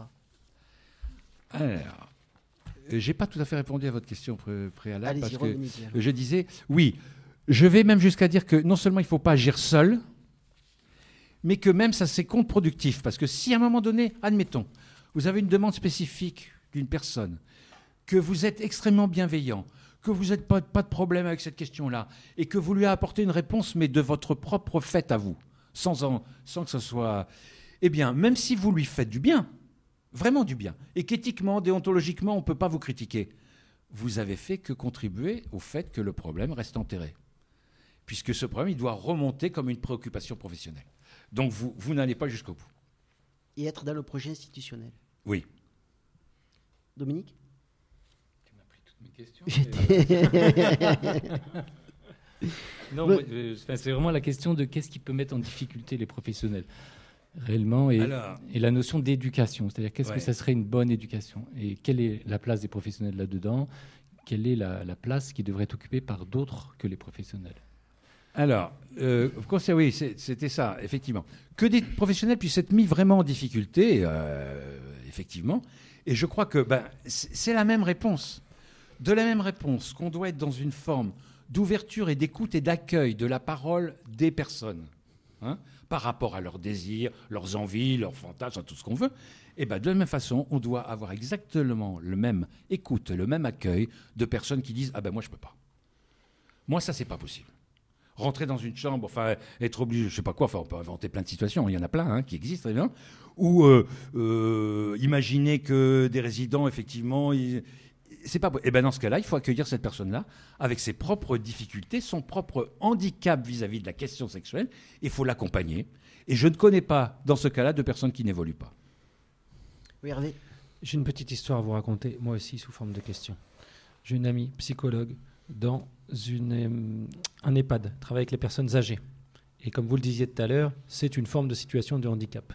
Alors, je n'ai pas tout à fait répondu à votre question préalable. Allez-y, parce que je disais, oui, je vais même jusqu'à dire que non seulement il ne faut pas agir seul, mais que même ça c'est contre-productif. Parce que si à un moment donné, admettons, vous avez une demande spécifique d'une personne, que vous êtes extrêmement bienveillant, que vous n'avez pas de problème avec cette question-là, et que vous lui apportez une réponse, mais de votre propre fait à vous, sans que ce soit... Eh bien, même si vous lui faites du bien, vraiment du bien, et qu'éthiquement, déontologiquement, on ne peut pas vous critiquer, vous avez fait que contribuer au fait que le problème reste enterré. Puisque ce problème, il doit remonter comme une préoccupation professionnelle. Donc, vous n'allez pas jusqu'au bout. Et être dans le projet institutionnel. Oui. Dominique ? Mes questions. Non, c'est vraiment la question de qu'est-ce qui peut mettre en difficulté les professionnels réellement et la notion d'éducation, c'est-à-dire qu'est-ce que ça serait une bonne éducation et quelle est la place des professionnels là-dedans, quelle est la place qui devrait être occupée par d'autres que les professionnels. Alors, oui, c'était ça, effectivement. Que des professionnels puissent être mis vraiment en difficulté, effectivement, et je crois que c'est la même réponse. De la même réponse qu'on doit être dans une forme d'ouverture et d'écoute et d'accueil de la parole des personnes, hein, par rapport à leurs désirs, leurs envies, leurs fantasmes, tout ce qu'on veut, et de la même façon, on doit avoir exactement le même écoute, le même accueil de personnes qui disent « Ah ben moi je peux pas. Moi ça c'est pas possible. » Rentrer dans une chambre, enfin être obligé, je sais pas quoi, enfin on peut inventer plein de situations, il y en a plein hein, qui existent, évidemment, ou imaginer que des résidents, effectivement... C'est pas... Et dans ce cas-là, il faut accueillir cette personne-là avec ses propres difficultés, son propre handicap vis-à-vis de la question sexuelle, et il faut l'accompagner. Et je ne connais pas, dans ce cas-là, de personnes qui n'évoluent pas. Oui, Hervé. J'ai une petite histoire à vous raconter, moi aussi, sous forme de question. J'ai une amie psychologue dans un EHPAD, travaille avec les personnes âgées. Et comme vous le disiez tout à l'heure, c'est une forme de situation de handicap.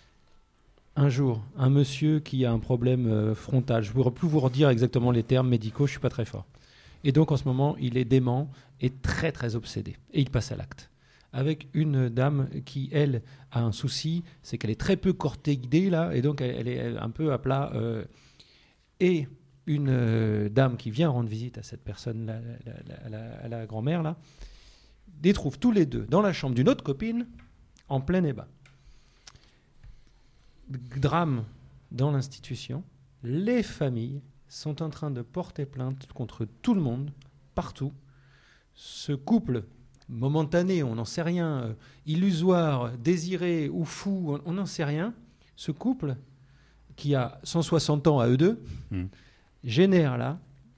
Un jour, un monsieur qui a un problème frontal, je ne pourrais plus vous redire exactement les termes médicaux, je ne suis pas très fort. Et donc en ce moment, il est dément et très très obsédé. Et il passe à l'acte. Avec une dame qui, elle, a un souci, c'est qu'elle est très peu cortéidée, là, et donc elle est un peu à plat. Et une dame qui vient rendre visite à cette personne, à la grand-mère, là, les trouve tous les deux dans la chambre d'une autre copine, en plein ébat. Drame dans l'institution, les familles sont en train de porter plainte contre tout le monde, partout. Ce couple momentané, on n'en sait rien, illusoire, désiré ou fou, on n'en sait rien. Ce couple, qui a 160 ans à eux deux, génère là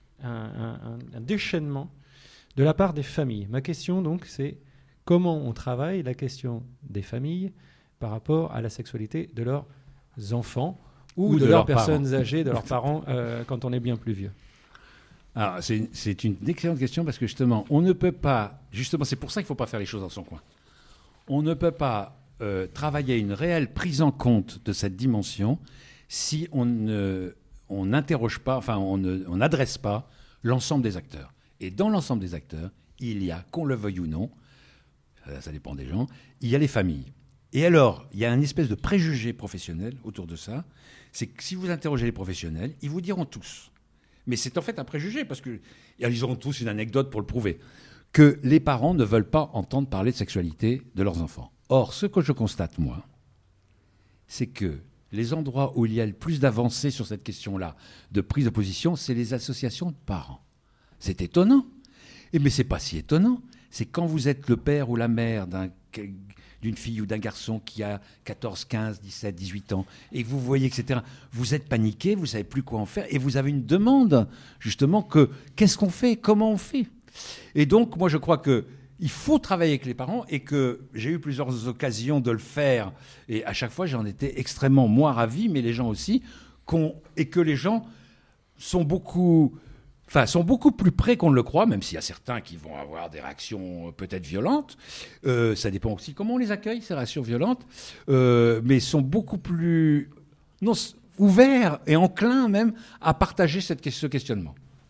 un déchaînement de la part des familles. Ma question donc, c'est comment on travaille la question des familles par rapport à la sexualité de leurs enfants ou de leurs personnes âgées, de leurs parents, quand on est bien plus vieux. Alors, c'est une excellente question parce que justement, on ne peut pas, justement, c'est pour ça qu'il ne faut pas faire les choses dans son coin. On ne peut pas travailler une réelle prise en compte de cette dimension si on n'interroge pas, enfin, on n'adresse pas l'ensemble des acteurs. Et dans l'ensemble des acteurs, il y a, qu'on le veuille ou non, ça dépend des gens, il y a les familles. Et alors, il y a une espèce de préjugé professionnel autour de ça, c'est que si vous interrogez les professionnels, ils vous diront tous, mais c'est en fait un préjugé, parce qu'ils auront tous une anecdote pour le prouver, que les parents ne veulent pas entendre parler de sexualité de leurs enfants. Or, ce que je constate, moi, c'est que les endroits où il y a le plus d'avancées sur cette question-là, de prise de position, c'est les associations de parents. C'est étonnant. Mais ce n'est pas si étonnant. C'est quand vous êtes le père ou la mère d'une fille ou d'un garçon qui a 14, 15, 17, 18 ans, et vous voyez, etc., vous êtes paniqué, vous ne savez plus quoi en faire, et vous avez une demande, justement, qu'est-ce qu'on fait, comment on fait. Et donc, moi, je crois qu'il faut travailler avec les parents, et que j'ai eu plusieurs occasions de le faire, et à chaque fois, j'en étais extrêmement, moi, ravi, mais les gens aussi, et que les gens sont beaucoup plus près qu'on ne le croit, même s'il y a certains qui vont avoir des réactions peut-être violentes. Ça dépend aussi comment on les accueille, ces réactions violentes, mais sont beaucoup plus ouverts et enclins même à partager ce questionnement.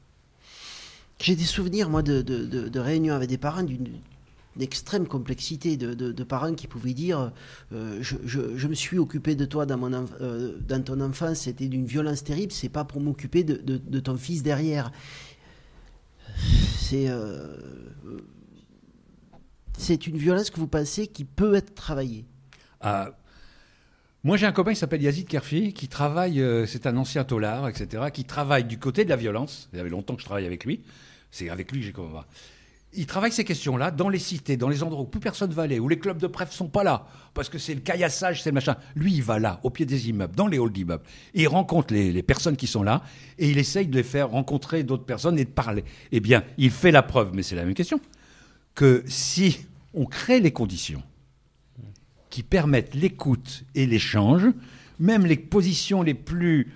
J'ai des souvenirs, moi, de réunions avec des parents d'une extrême complexité, de parents qui pouvaient dire je me suis occupé de toi dans ton enfance, c'était d'une violence terrible, c'est pas pour m'occuper de ton fils derrière. C'est une violence que vous pensez qui peut être travaillée. Moi, j'ai un copain qui s'appelle Yazid Kerfi, qui travaille, c'est un ancien taulard, etc., qui travaille du côté de la violence. Ça fait longtemps que je travaille avec lui. C'est avec lui que j'ai commencé. Il travaille ces questions-là dans les cités, dans les endroits où plus personne ne va aller, où les clubs de preuve ne sont pas là, parce que c'est le caillassage, c'est le machin. Lui, il va là, au pied des immeubles, dans les halls d'immeubles. Et il rencontre les personnes qui sont là, et il essaye de les faire rencontrer d'autres personnes et de parler. Eh bien, il fait la preuve, mais c'est la même question, que si on crée les conditions qui permettent l'écoute et l'échange, même les positions les plus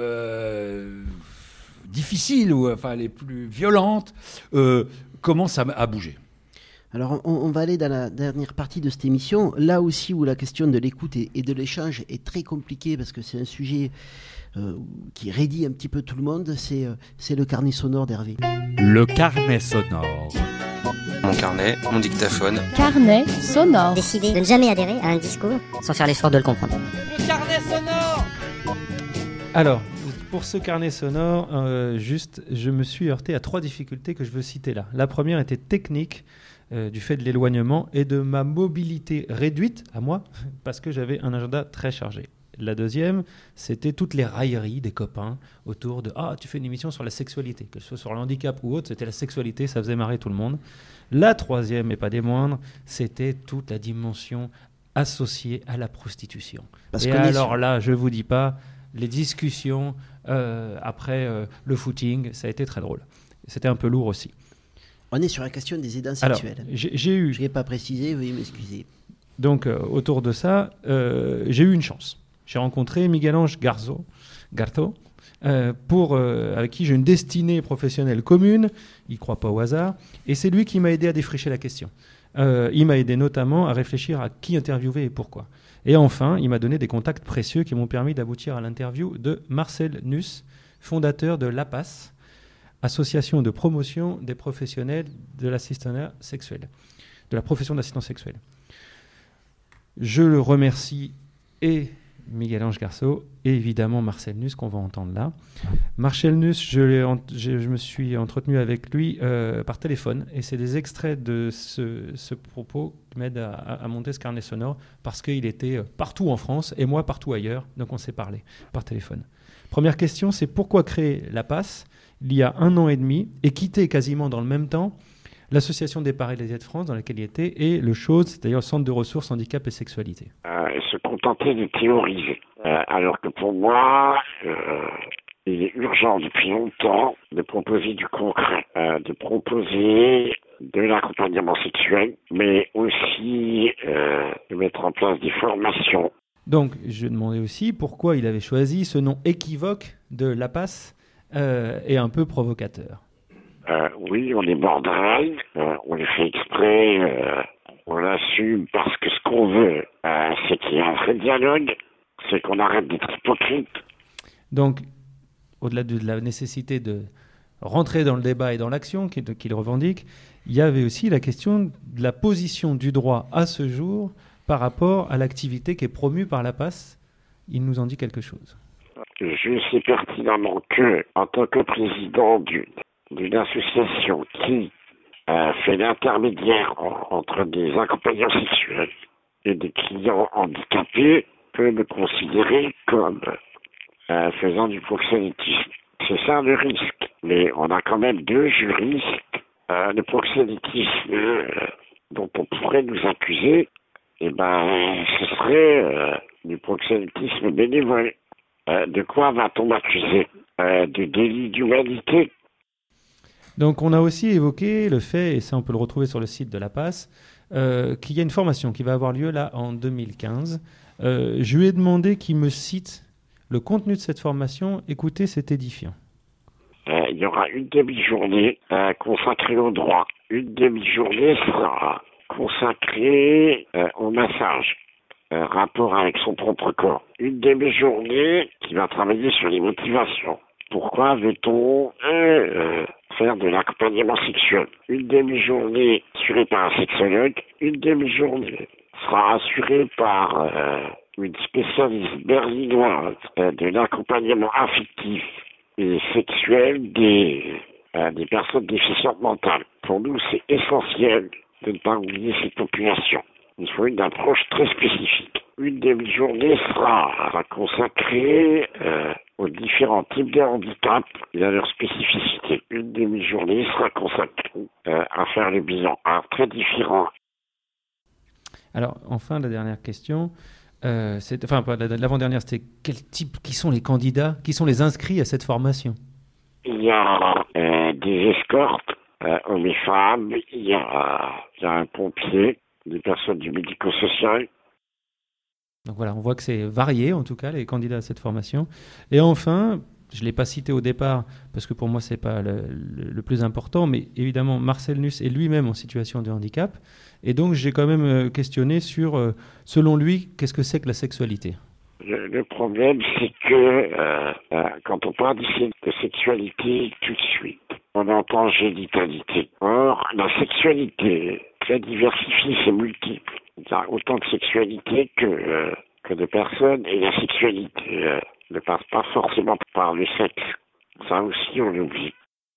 difficiles, ou enfin les plus violentes, commence à bouger. Alors, on va aller dans la dernière partie de cette émission, là aussi où la question de l'écoute et de l'échange est très compliquée, parce que c'est un sujet qui raidit un petit peu tout le monde, c'est le carnet sonore d'Hervé. Le carnet sonore. Mon carnet, mon dictaphone. Carnet sonore. Décider de ne jamais adhérer à un discours sans faire l'effort de le comprendre. Le carnet sonore. Alors, pour ce carnet sonore, je me suis heurté à 3 difficultés que je veux citer là. La première était technique, du fait de l'éloignement et de ma mobilité réduite à moi, parce que j'avais un agenda très chargé. La deuxième, c'était toutes les railleries des copains autour de « Ah, tu fais une émission sur la sexualité », que ce soit sur le handicap ou autre, c'était la sexualité, ça faisait marrer tout le monde. La troisième, et pas des moindres, c'était toute la dimension associée à la prostitution. Et alors là, je ne vous dis pas, les discussions après le footing, ça a été très drôle. C'était un peu lourd aussi. On est sur la question des aidants sexuels. Alors, je ne l'ai pas précisé, veuillez m'excuser. Donc, autour de ça, j'ai eu une chance. J'ai rencontré Miguel-Ange Garzo, avec qui j'ai une destinée professionnelle commune. Il ne croit pas au hasard. Et c'est lui qui m'a aidé à défricher la question. Il m'a aidé notamment à réfléchir à qui interviewer et pourquoi. Et enfin, il m'a donné des contacts précieux qui m'ont permis d'aboutir à l'interview de Marcel Nuss, fondateur de l'APAS, Association de promotion des professionnels de l'assistanat sexuel, de la profession d'assistant sexuel. Je le remercie, et Miguel-Ange Garceau et évidemment Marcel Nuss qu'on va entendre là. Marcel Nuss, je me suis entretenu avec lui par téléphone, et c'est des extraits de ce propos qui m'aident à monter ce carnet sonore, parce qu'il était partout en France et moi partout ailleurs, donc on s'est parlé par téléphone. Première question, c'est pourquoi créer l'APAS il y a 1 an et demi et quitter quasiment dans le même temps l'Association des parents et des aides France dans laquelle il était, et le CHOSE, c'est-à-dire le Centre de ressources handicap et sexualité. Se contenter de théoriser. Alors que pour moi, il est urgent depuis longtemps de proposer du concret, de proposer de l'accompagnement sexuel, mais aussi de mettre en place des formations. Donc, je demandais aussi pourquoi il avait choisi ce nom équivoque de l'APAS et un peu provocateur. Oui, on est borderline, on le fait exprès, on l'assume parce que ce qu'on veut, c'est qu'il y ait un vrai dialogue, c'est qu'on arrête d'être hypocrite. Donc, au-delà de la nécessité de rentrer dans le débat et dans l'action qu'il revendique, il y avait aussi la question de la position du droit à ce jour par rapport à l'activité qui est promue par l'APAS. Il nous en dit quelque chose. Je sais pertinemment que, en tant que président d'une association qui fait l'intermédiaire entre des accompagnants sexuels et des clients handicapés, peut me considérer comme faisant du proxénétisme. C'est ça le risque. Mais on a quand même 2 juristes de proxénétisme dont on pourrait nous accuser. Eh ben, ce serait du proxénétisme bénévole. De quoi va-t-on m'accuser? De délit d'humanité. Donc on a aussi évoqué le fait, et ça on peut le retrouver sur le site de l'APAS, qu'il y a une formation qui va avoir lieu là en 2015. Je lui ai demandé qu'il me cite le contenu de cette formation. Écoutez, c'est édifiant. Il y aura une demi-journée consacrée au droit. Une demi-journée sera consacrée au massage, rapport avec son propre corps. Une demi-journée qui va travailler sur les motivations. Pourquoi veut-on faire de l'accompagnement sexuel? Une demi-journée assurée par un sexologue. Une demi-journée sera assurée par une spécialiste berlinoise de l'accompagnement affectif et sexuel des personnes déficientes mentales. Pour nous, c'est essentiel de ne pas oublier cette population. Il faut une approche très spécifique. Une demi-journée sera consacrée aux différents types de handicaps et à leur spécificité. Une demi-journée sera consacrée à faire le bilan. Alors, très différent. Alors, enfin, la dernière question. L'avant-dernière, c'était qui sont les candidats, qui sont les inscrits à cette formation? Il y a des escortes, hommes et femmes, il y a un pompier, des personnes du médico-social. Donc voilà, on voit que c'est varié, en tout cas, les candidats à cette formation. Et enfin, je ne l'ai pas cité au départ, parce que pour moi, ce n'est pas le plus important, mais évidemment, Marcel Nuss est lui-même en situation de handicap. Et donc, j'ai quand même questionné sur, selon lui, qu'est-ce que c'est que la sexualité? Le problème, c'est que quand on parle de sexualité, tout de suite, on entend génitalité. Or, la sexualité, très diversifiée, c'est multiple. Il y a autant de sexualité que de personnes, et la sexualité ne passe pas forcément par le sexe. Ça aussi, on l'oublie.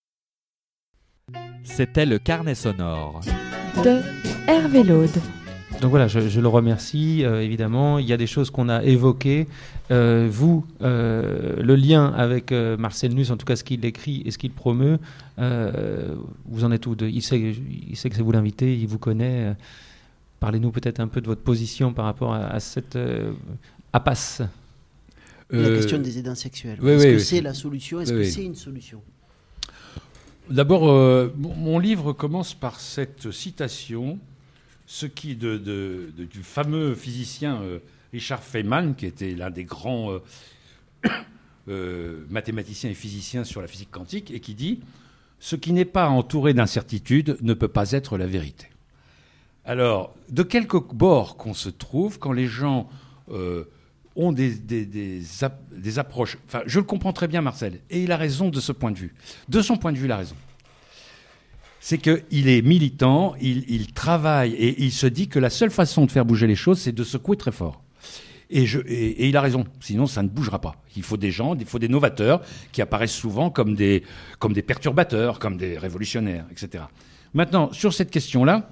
C'était le carnet sonore de Hervé Laude. Donc voilà, je le remercie, évidemment. Il y a des choses qu'on a évoquées. Le lien avec Marcel Nuss, en tout cas ce qu'il écrit et ce qu'il promeut, vous en êtes où il sait que c'est vous l'invité, il vous connaît. Parlez-nous peut-être un peu de votre position par rapport à cette APAS. La question des aidants sexuels. Oui, Est-ce que c'est la solution? Est-ce que c'est une solution? D'abord, mon livre commence par cette citation, du fameux physicien Richard Feynman, qui était l'un des grands mathématiciens et physiciens sur la physique quantique, et qui dit « Ce qui n'est pas entouré d'incertitude ne peut pas être la vérité ». Alors, de quelque bord qu'on se trouve, quand les gens ont des approches... Enfin, je le comprends très bien, Marcel, et il a raison de ce point de vue. De son point de vue, il a raison. C'est qu'il est militant, il travaille, et il se dit que la seule façon de faire bouger les choses, c'est de secouer très fort. Et il a raison, sinon ça ne bougera pas. Il faut des gens, il faut des novateurs qui apparaissent souvent comme des perturbateurs, comme des révolutionnaires, etc. Maintenant, sur cette question-là,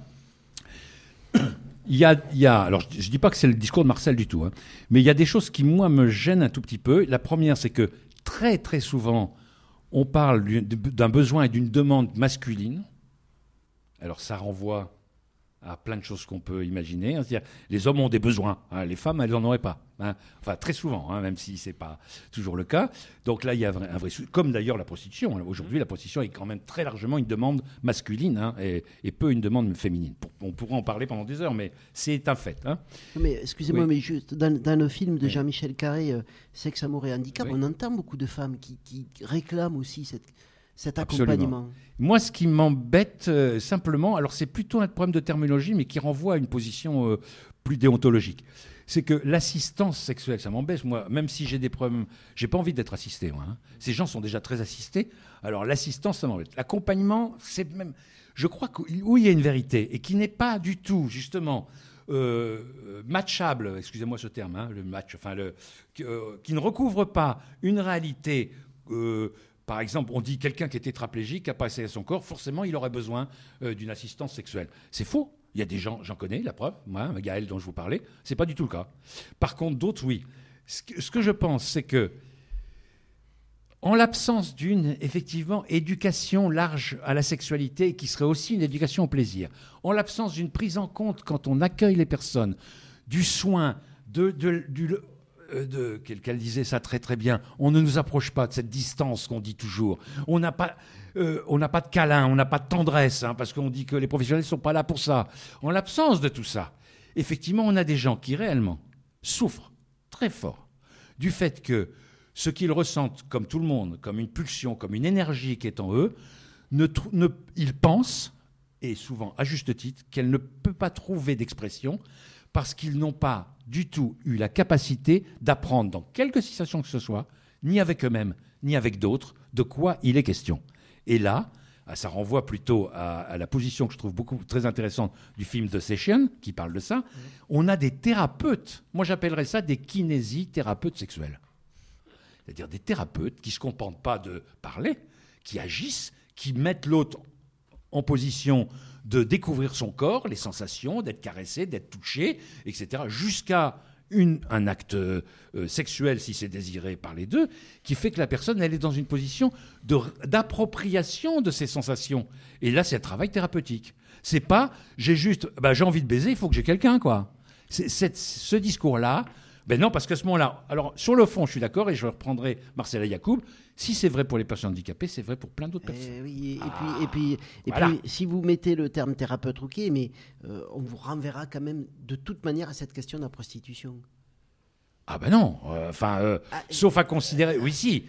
il y a, alors je ne dis pas que c'est le discours de Marcel du tout, hein, mais il y a des choses qui, moi, me gênent un tout petit peu. La première, c'est que très, très souvent, on parle d'un besoin et d'une demande masculine. Alors ça renvoie à plein de choses qu'on peut imaginer. C'est-à-dire, les hommes ont des besoins, hein, les femmes, elles n'en auraient pas. Hein. Enfin, très souvent, hein, même si ce n'est pas toujours le cas. Donc là, il y a un vrai souci. Comme d'ailleurs la prostitution. Aujourd'hui, la prostitution est quand même très largement une demande masculine, hein, et peu une demande féminine. On pourrait en parler pendant des heures, mais c'est un fait. Hein. Mais excusez-moi, mais juste dans le film de Jean-Michel Carré, Sexe, amour et handicap, on entend beaucoup de femmes qui réclament aussi cet accompagnement. Absolument. Moi, ce qui m'embête simplement, alors c'est plutôt un problème de terminologie, mais qui renvoie à une position plus déontologique. C'est que l'assistance sexuelle, ça m'embête. Moi, même si j'ai des problèmes, j'ai pas envie d'être assisté. Moi, hein. Ces gens sont déjà très assistés. Alors l'assistance, ça m'embête. L'accompagnement, c'est même, je crois où il y a une vérité et qui n'est pas du tout justement matchable. Excusez-moi ce terme, hein, le match. Enfin, qui ne recouvre pas une réalité. Par exemple, on dit quelqu'un qui est tétraplégique, qui n'a pas accès à son corps, forcément, il aurait besoin d'une assistance sexuelle. C'est faux. Il y a des gens, j'en connais, la preuve, moi, Gaël dont je vous parlais, c'est pas du tout le cas. Par contre, d'autres, oui. Ce que je pense, c'est que, en l'absence d'une, effectivement, éducation large à la sexualité, qui serait aussi une éducation au plaisir, en l'absence d'une prise en compte, quand on accueille les personnes, du soin, qu'elle disait ça très très bien, on ne nous approche pas de cette distance qu'on dit toujours. On n'a pas de câlin, on n'a pas de tendresse, hein, parce qu'on dit que les professionnels ne sont pas là pour ça. En l'absence de tout ça, effectivement, on a des gens qui réellement souffrent très fort du fait que ce qu'ils ressentent, comme tout le monde, comme une pulsion, comme une énergie qui est en eux, ils pensent, et souvent à juste titre, qu'elle ne peut pas trouver d'expression parce qu'ils n'ont pas du tout eu la capacité d'apprendre dans quelque situation que ce soit, ni avec eux-mêmes, ni avec d'autres, de quoi il est question. Et là, ça renvoie plutôt à la position que je trouve très intéressante du film The Session, qui parle de ça. On a des thérapeutes, moi j'appellerais ça des kinésithérapeutes sexuels. C'est-à-dire des thérapeutes qui ne se contentent pas de parler, qui agissent, qui mettent l'autre en position de découvrir son corps, les sensations, d'être caressé, d'être touché, etc., jusqu'à un acte sexuel, si c'est désiré par les deux, qui fait que la personne, elle est dans une position d'appropriation de ses sensations. Et là, c'est un travail thérapeutique. C'est pas, j'ai envie de baiser, il faut que j'ai quelqu'un, quoi. Ce discours-là, non, parce qu'à ce moment-là, alors sur le fond, je suis d'accord, et je reprendrai Marcella Yacoub, si c'est vrai pour les personnes handicapées, c'est vrai pour plein d'autres personnes. Oui, et puis, si vous mettez le terme thérapeute, ok, mais on vous renverra quand même de toute manière à cette question de la prostitution. Ah ben non, sauf à considérer, oui si,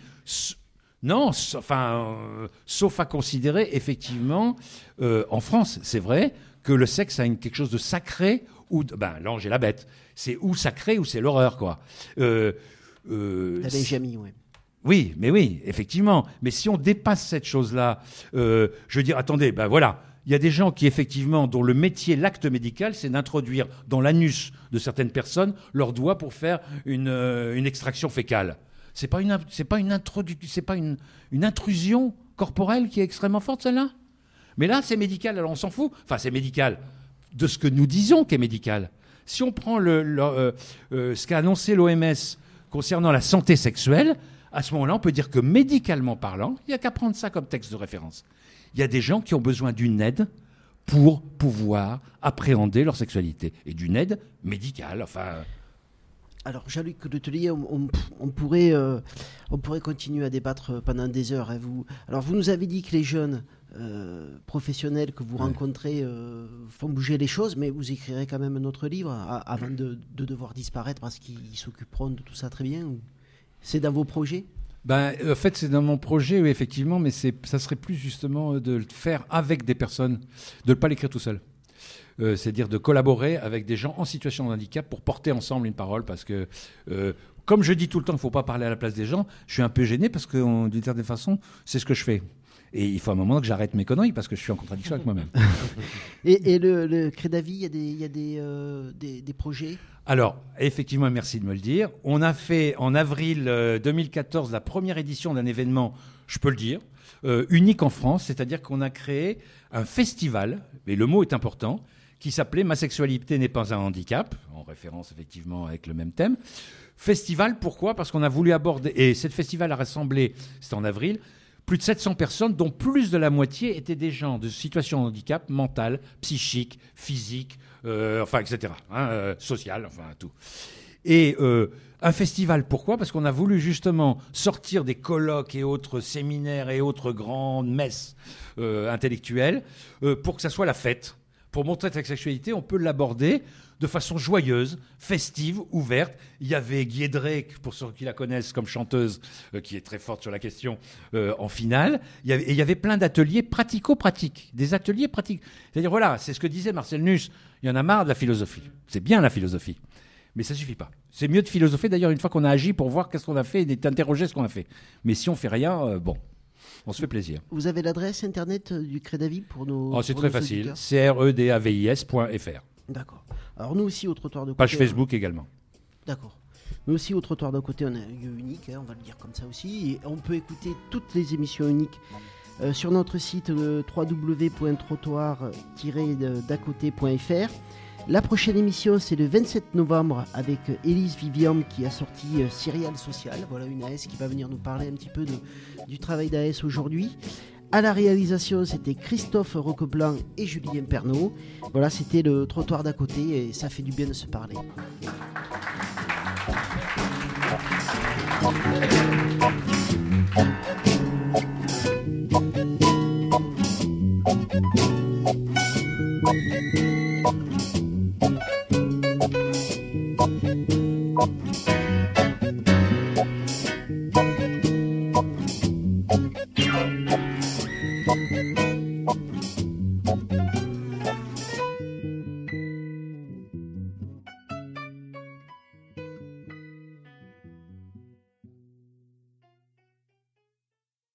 sauf à considérer effectivement, en France, c'est vrai que le sexe a quelque chose de sacré, l'ange et la bête, c'est ou sacré ou c'est l'horreur, quoi. T'avais jamais, ouais. Oui, mais oui, effectivement. Mais si on dépasse cette chose-là, je veux dire, attendez, voilà. Il y a des gens qui, effectivement, dont le métier, l'acte médical, c'est d'introduire dans l'anus de certaines personnes leurs doigts pour faire une extraction fécale. C'est pas une intrusion corporelle qui est extrêmement forte, celle-là. Mais là, c'est médical, alors on s'en fout. Enfin, c'est médical de ce que nous disons qu'est médical. Si on prend ce qu'a annoncé l'OMS concernant la santé sexuelle, à ce moment-là, on peut dire que médicalement parlant, il n'y a qu'à prendre ça comme texte de référence. Il y a des gens qui ont besoin d'une aide pour pouvoir appréhender leur sexualité. Et d'une aide médicale, enfin... Alors, Jean-Luc Letelier, on pourrait continuer à débattre pendant des heures. Hein, Alors, vous nous avez dit que les jeunes professionnels que vous rencontrez font bouger les choses, mais vous écrirez quand même un autre livre avant de devoir disparaître parce qu'ils s'occuperont de tout ça très bien. C'est dans vos projets ? En fait, c'est dans mon projet, oui, effectivement, mais ça serait plus justement de le faire avec des personnes, de ne pas l'écrire tout seul. C'est-à-dire de collaborer avec des gens en situation de handicap pour porter ensemble une parole, parce que, comme je dis tout le temps qu'il ne faut pas parler à la place des gens, je suis un peu gêné parce que, d'une certaine façon, c'est ce que je fais. Et il faut un moment que j'arrête mes conneries parce que je suis en contradiction avec moi-même. Et le Crédavie, il y a des projets ? Alors, effectivement, merci de me le dire. On a fait en avril 2014 la première édition d'un événement, je peux le dire, unique en France, c'est-à-dire qu'on a créé un festival, et le mot est important, qui s'appelait « Ma sexualité n'est pas un handicap », en référence effectivement avec le même thème. Festival, pourquoi ? Parce qu'on a voulu aborder, et cette festival a rassemblé, c'était en avril, plus de 700 personnes, dont plus de la moitié étaient des gens de situation de handicap mental, psychique, physique, etc., social, tout. Et un festival, pourquoi ? Parce qu'on a voulu justement sortir des colloques et autres séminaires et autres grandes messes intellectuelles pour que ça soit la fête. Pour montrer que la sexualité, on peut l'aborder de façon joyeuse, festive, ouverte. Il y avait Guy Drake, pour ceux qui la connaissent comme chanteuse, qui est très forte sur la question, en finale. Il y avait plein d'ateliers pratico-pratiques, des ateliers pratiques. C'est-à-dire, voilà, c'est ce que disait Marcel Nuss, il y en a marre de la philosophie. C'est bien la philosophie, mais ça ne suffit pas. C'est mieux de philosopher, d'ailleurs, une fois qu'on a agi pour voir qu'est-ce qu'on a fait et d'interroger ce qu'on a fait. Mais si on ne fait rien, on se fait plaisir. Vous avez l'adresse internet du Crédavie pour nos c'est très facile, credavis.fr. D'accord. Alors nous aussi, au Trottoir de Côté... Page Facebook également. D'accord. Nous aussi, au Trottoir de Côté, on a un lieu unique, on va le dire comme ça aussi. Et on peut écouter toutes les émissions uniques sur notre site www.trottoir-dacoté.fr. La prochaine émission, c'est le 27 novembre avec Élise Vivian qui a sorti Cirial Social. Voilà une AS qui va venir nous parler un petit peu du travail d'AS aujourd'hui. À la réalisation, c'était Christophe Roqueplan et Julien Pernaut. Voilà, c'était le Trottoir d'à côté et ça fait du bien de se parler.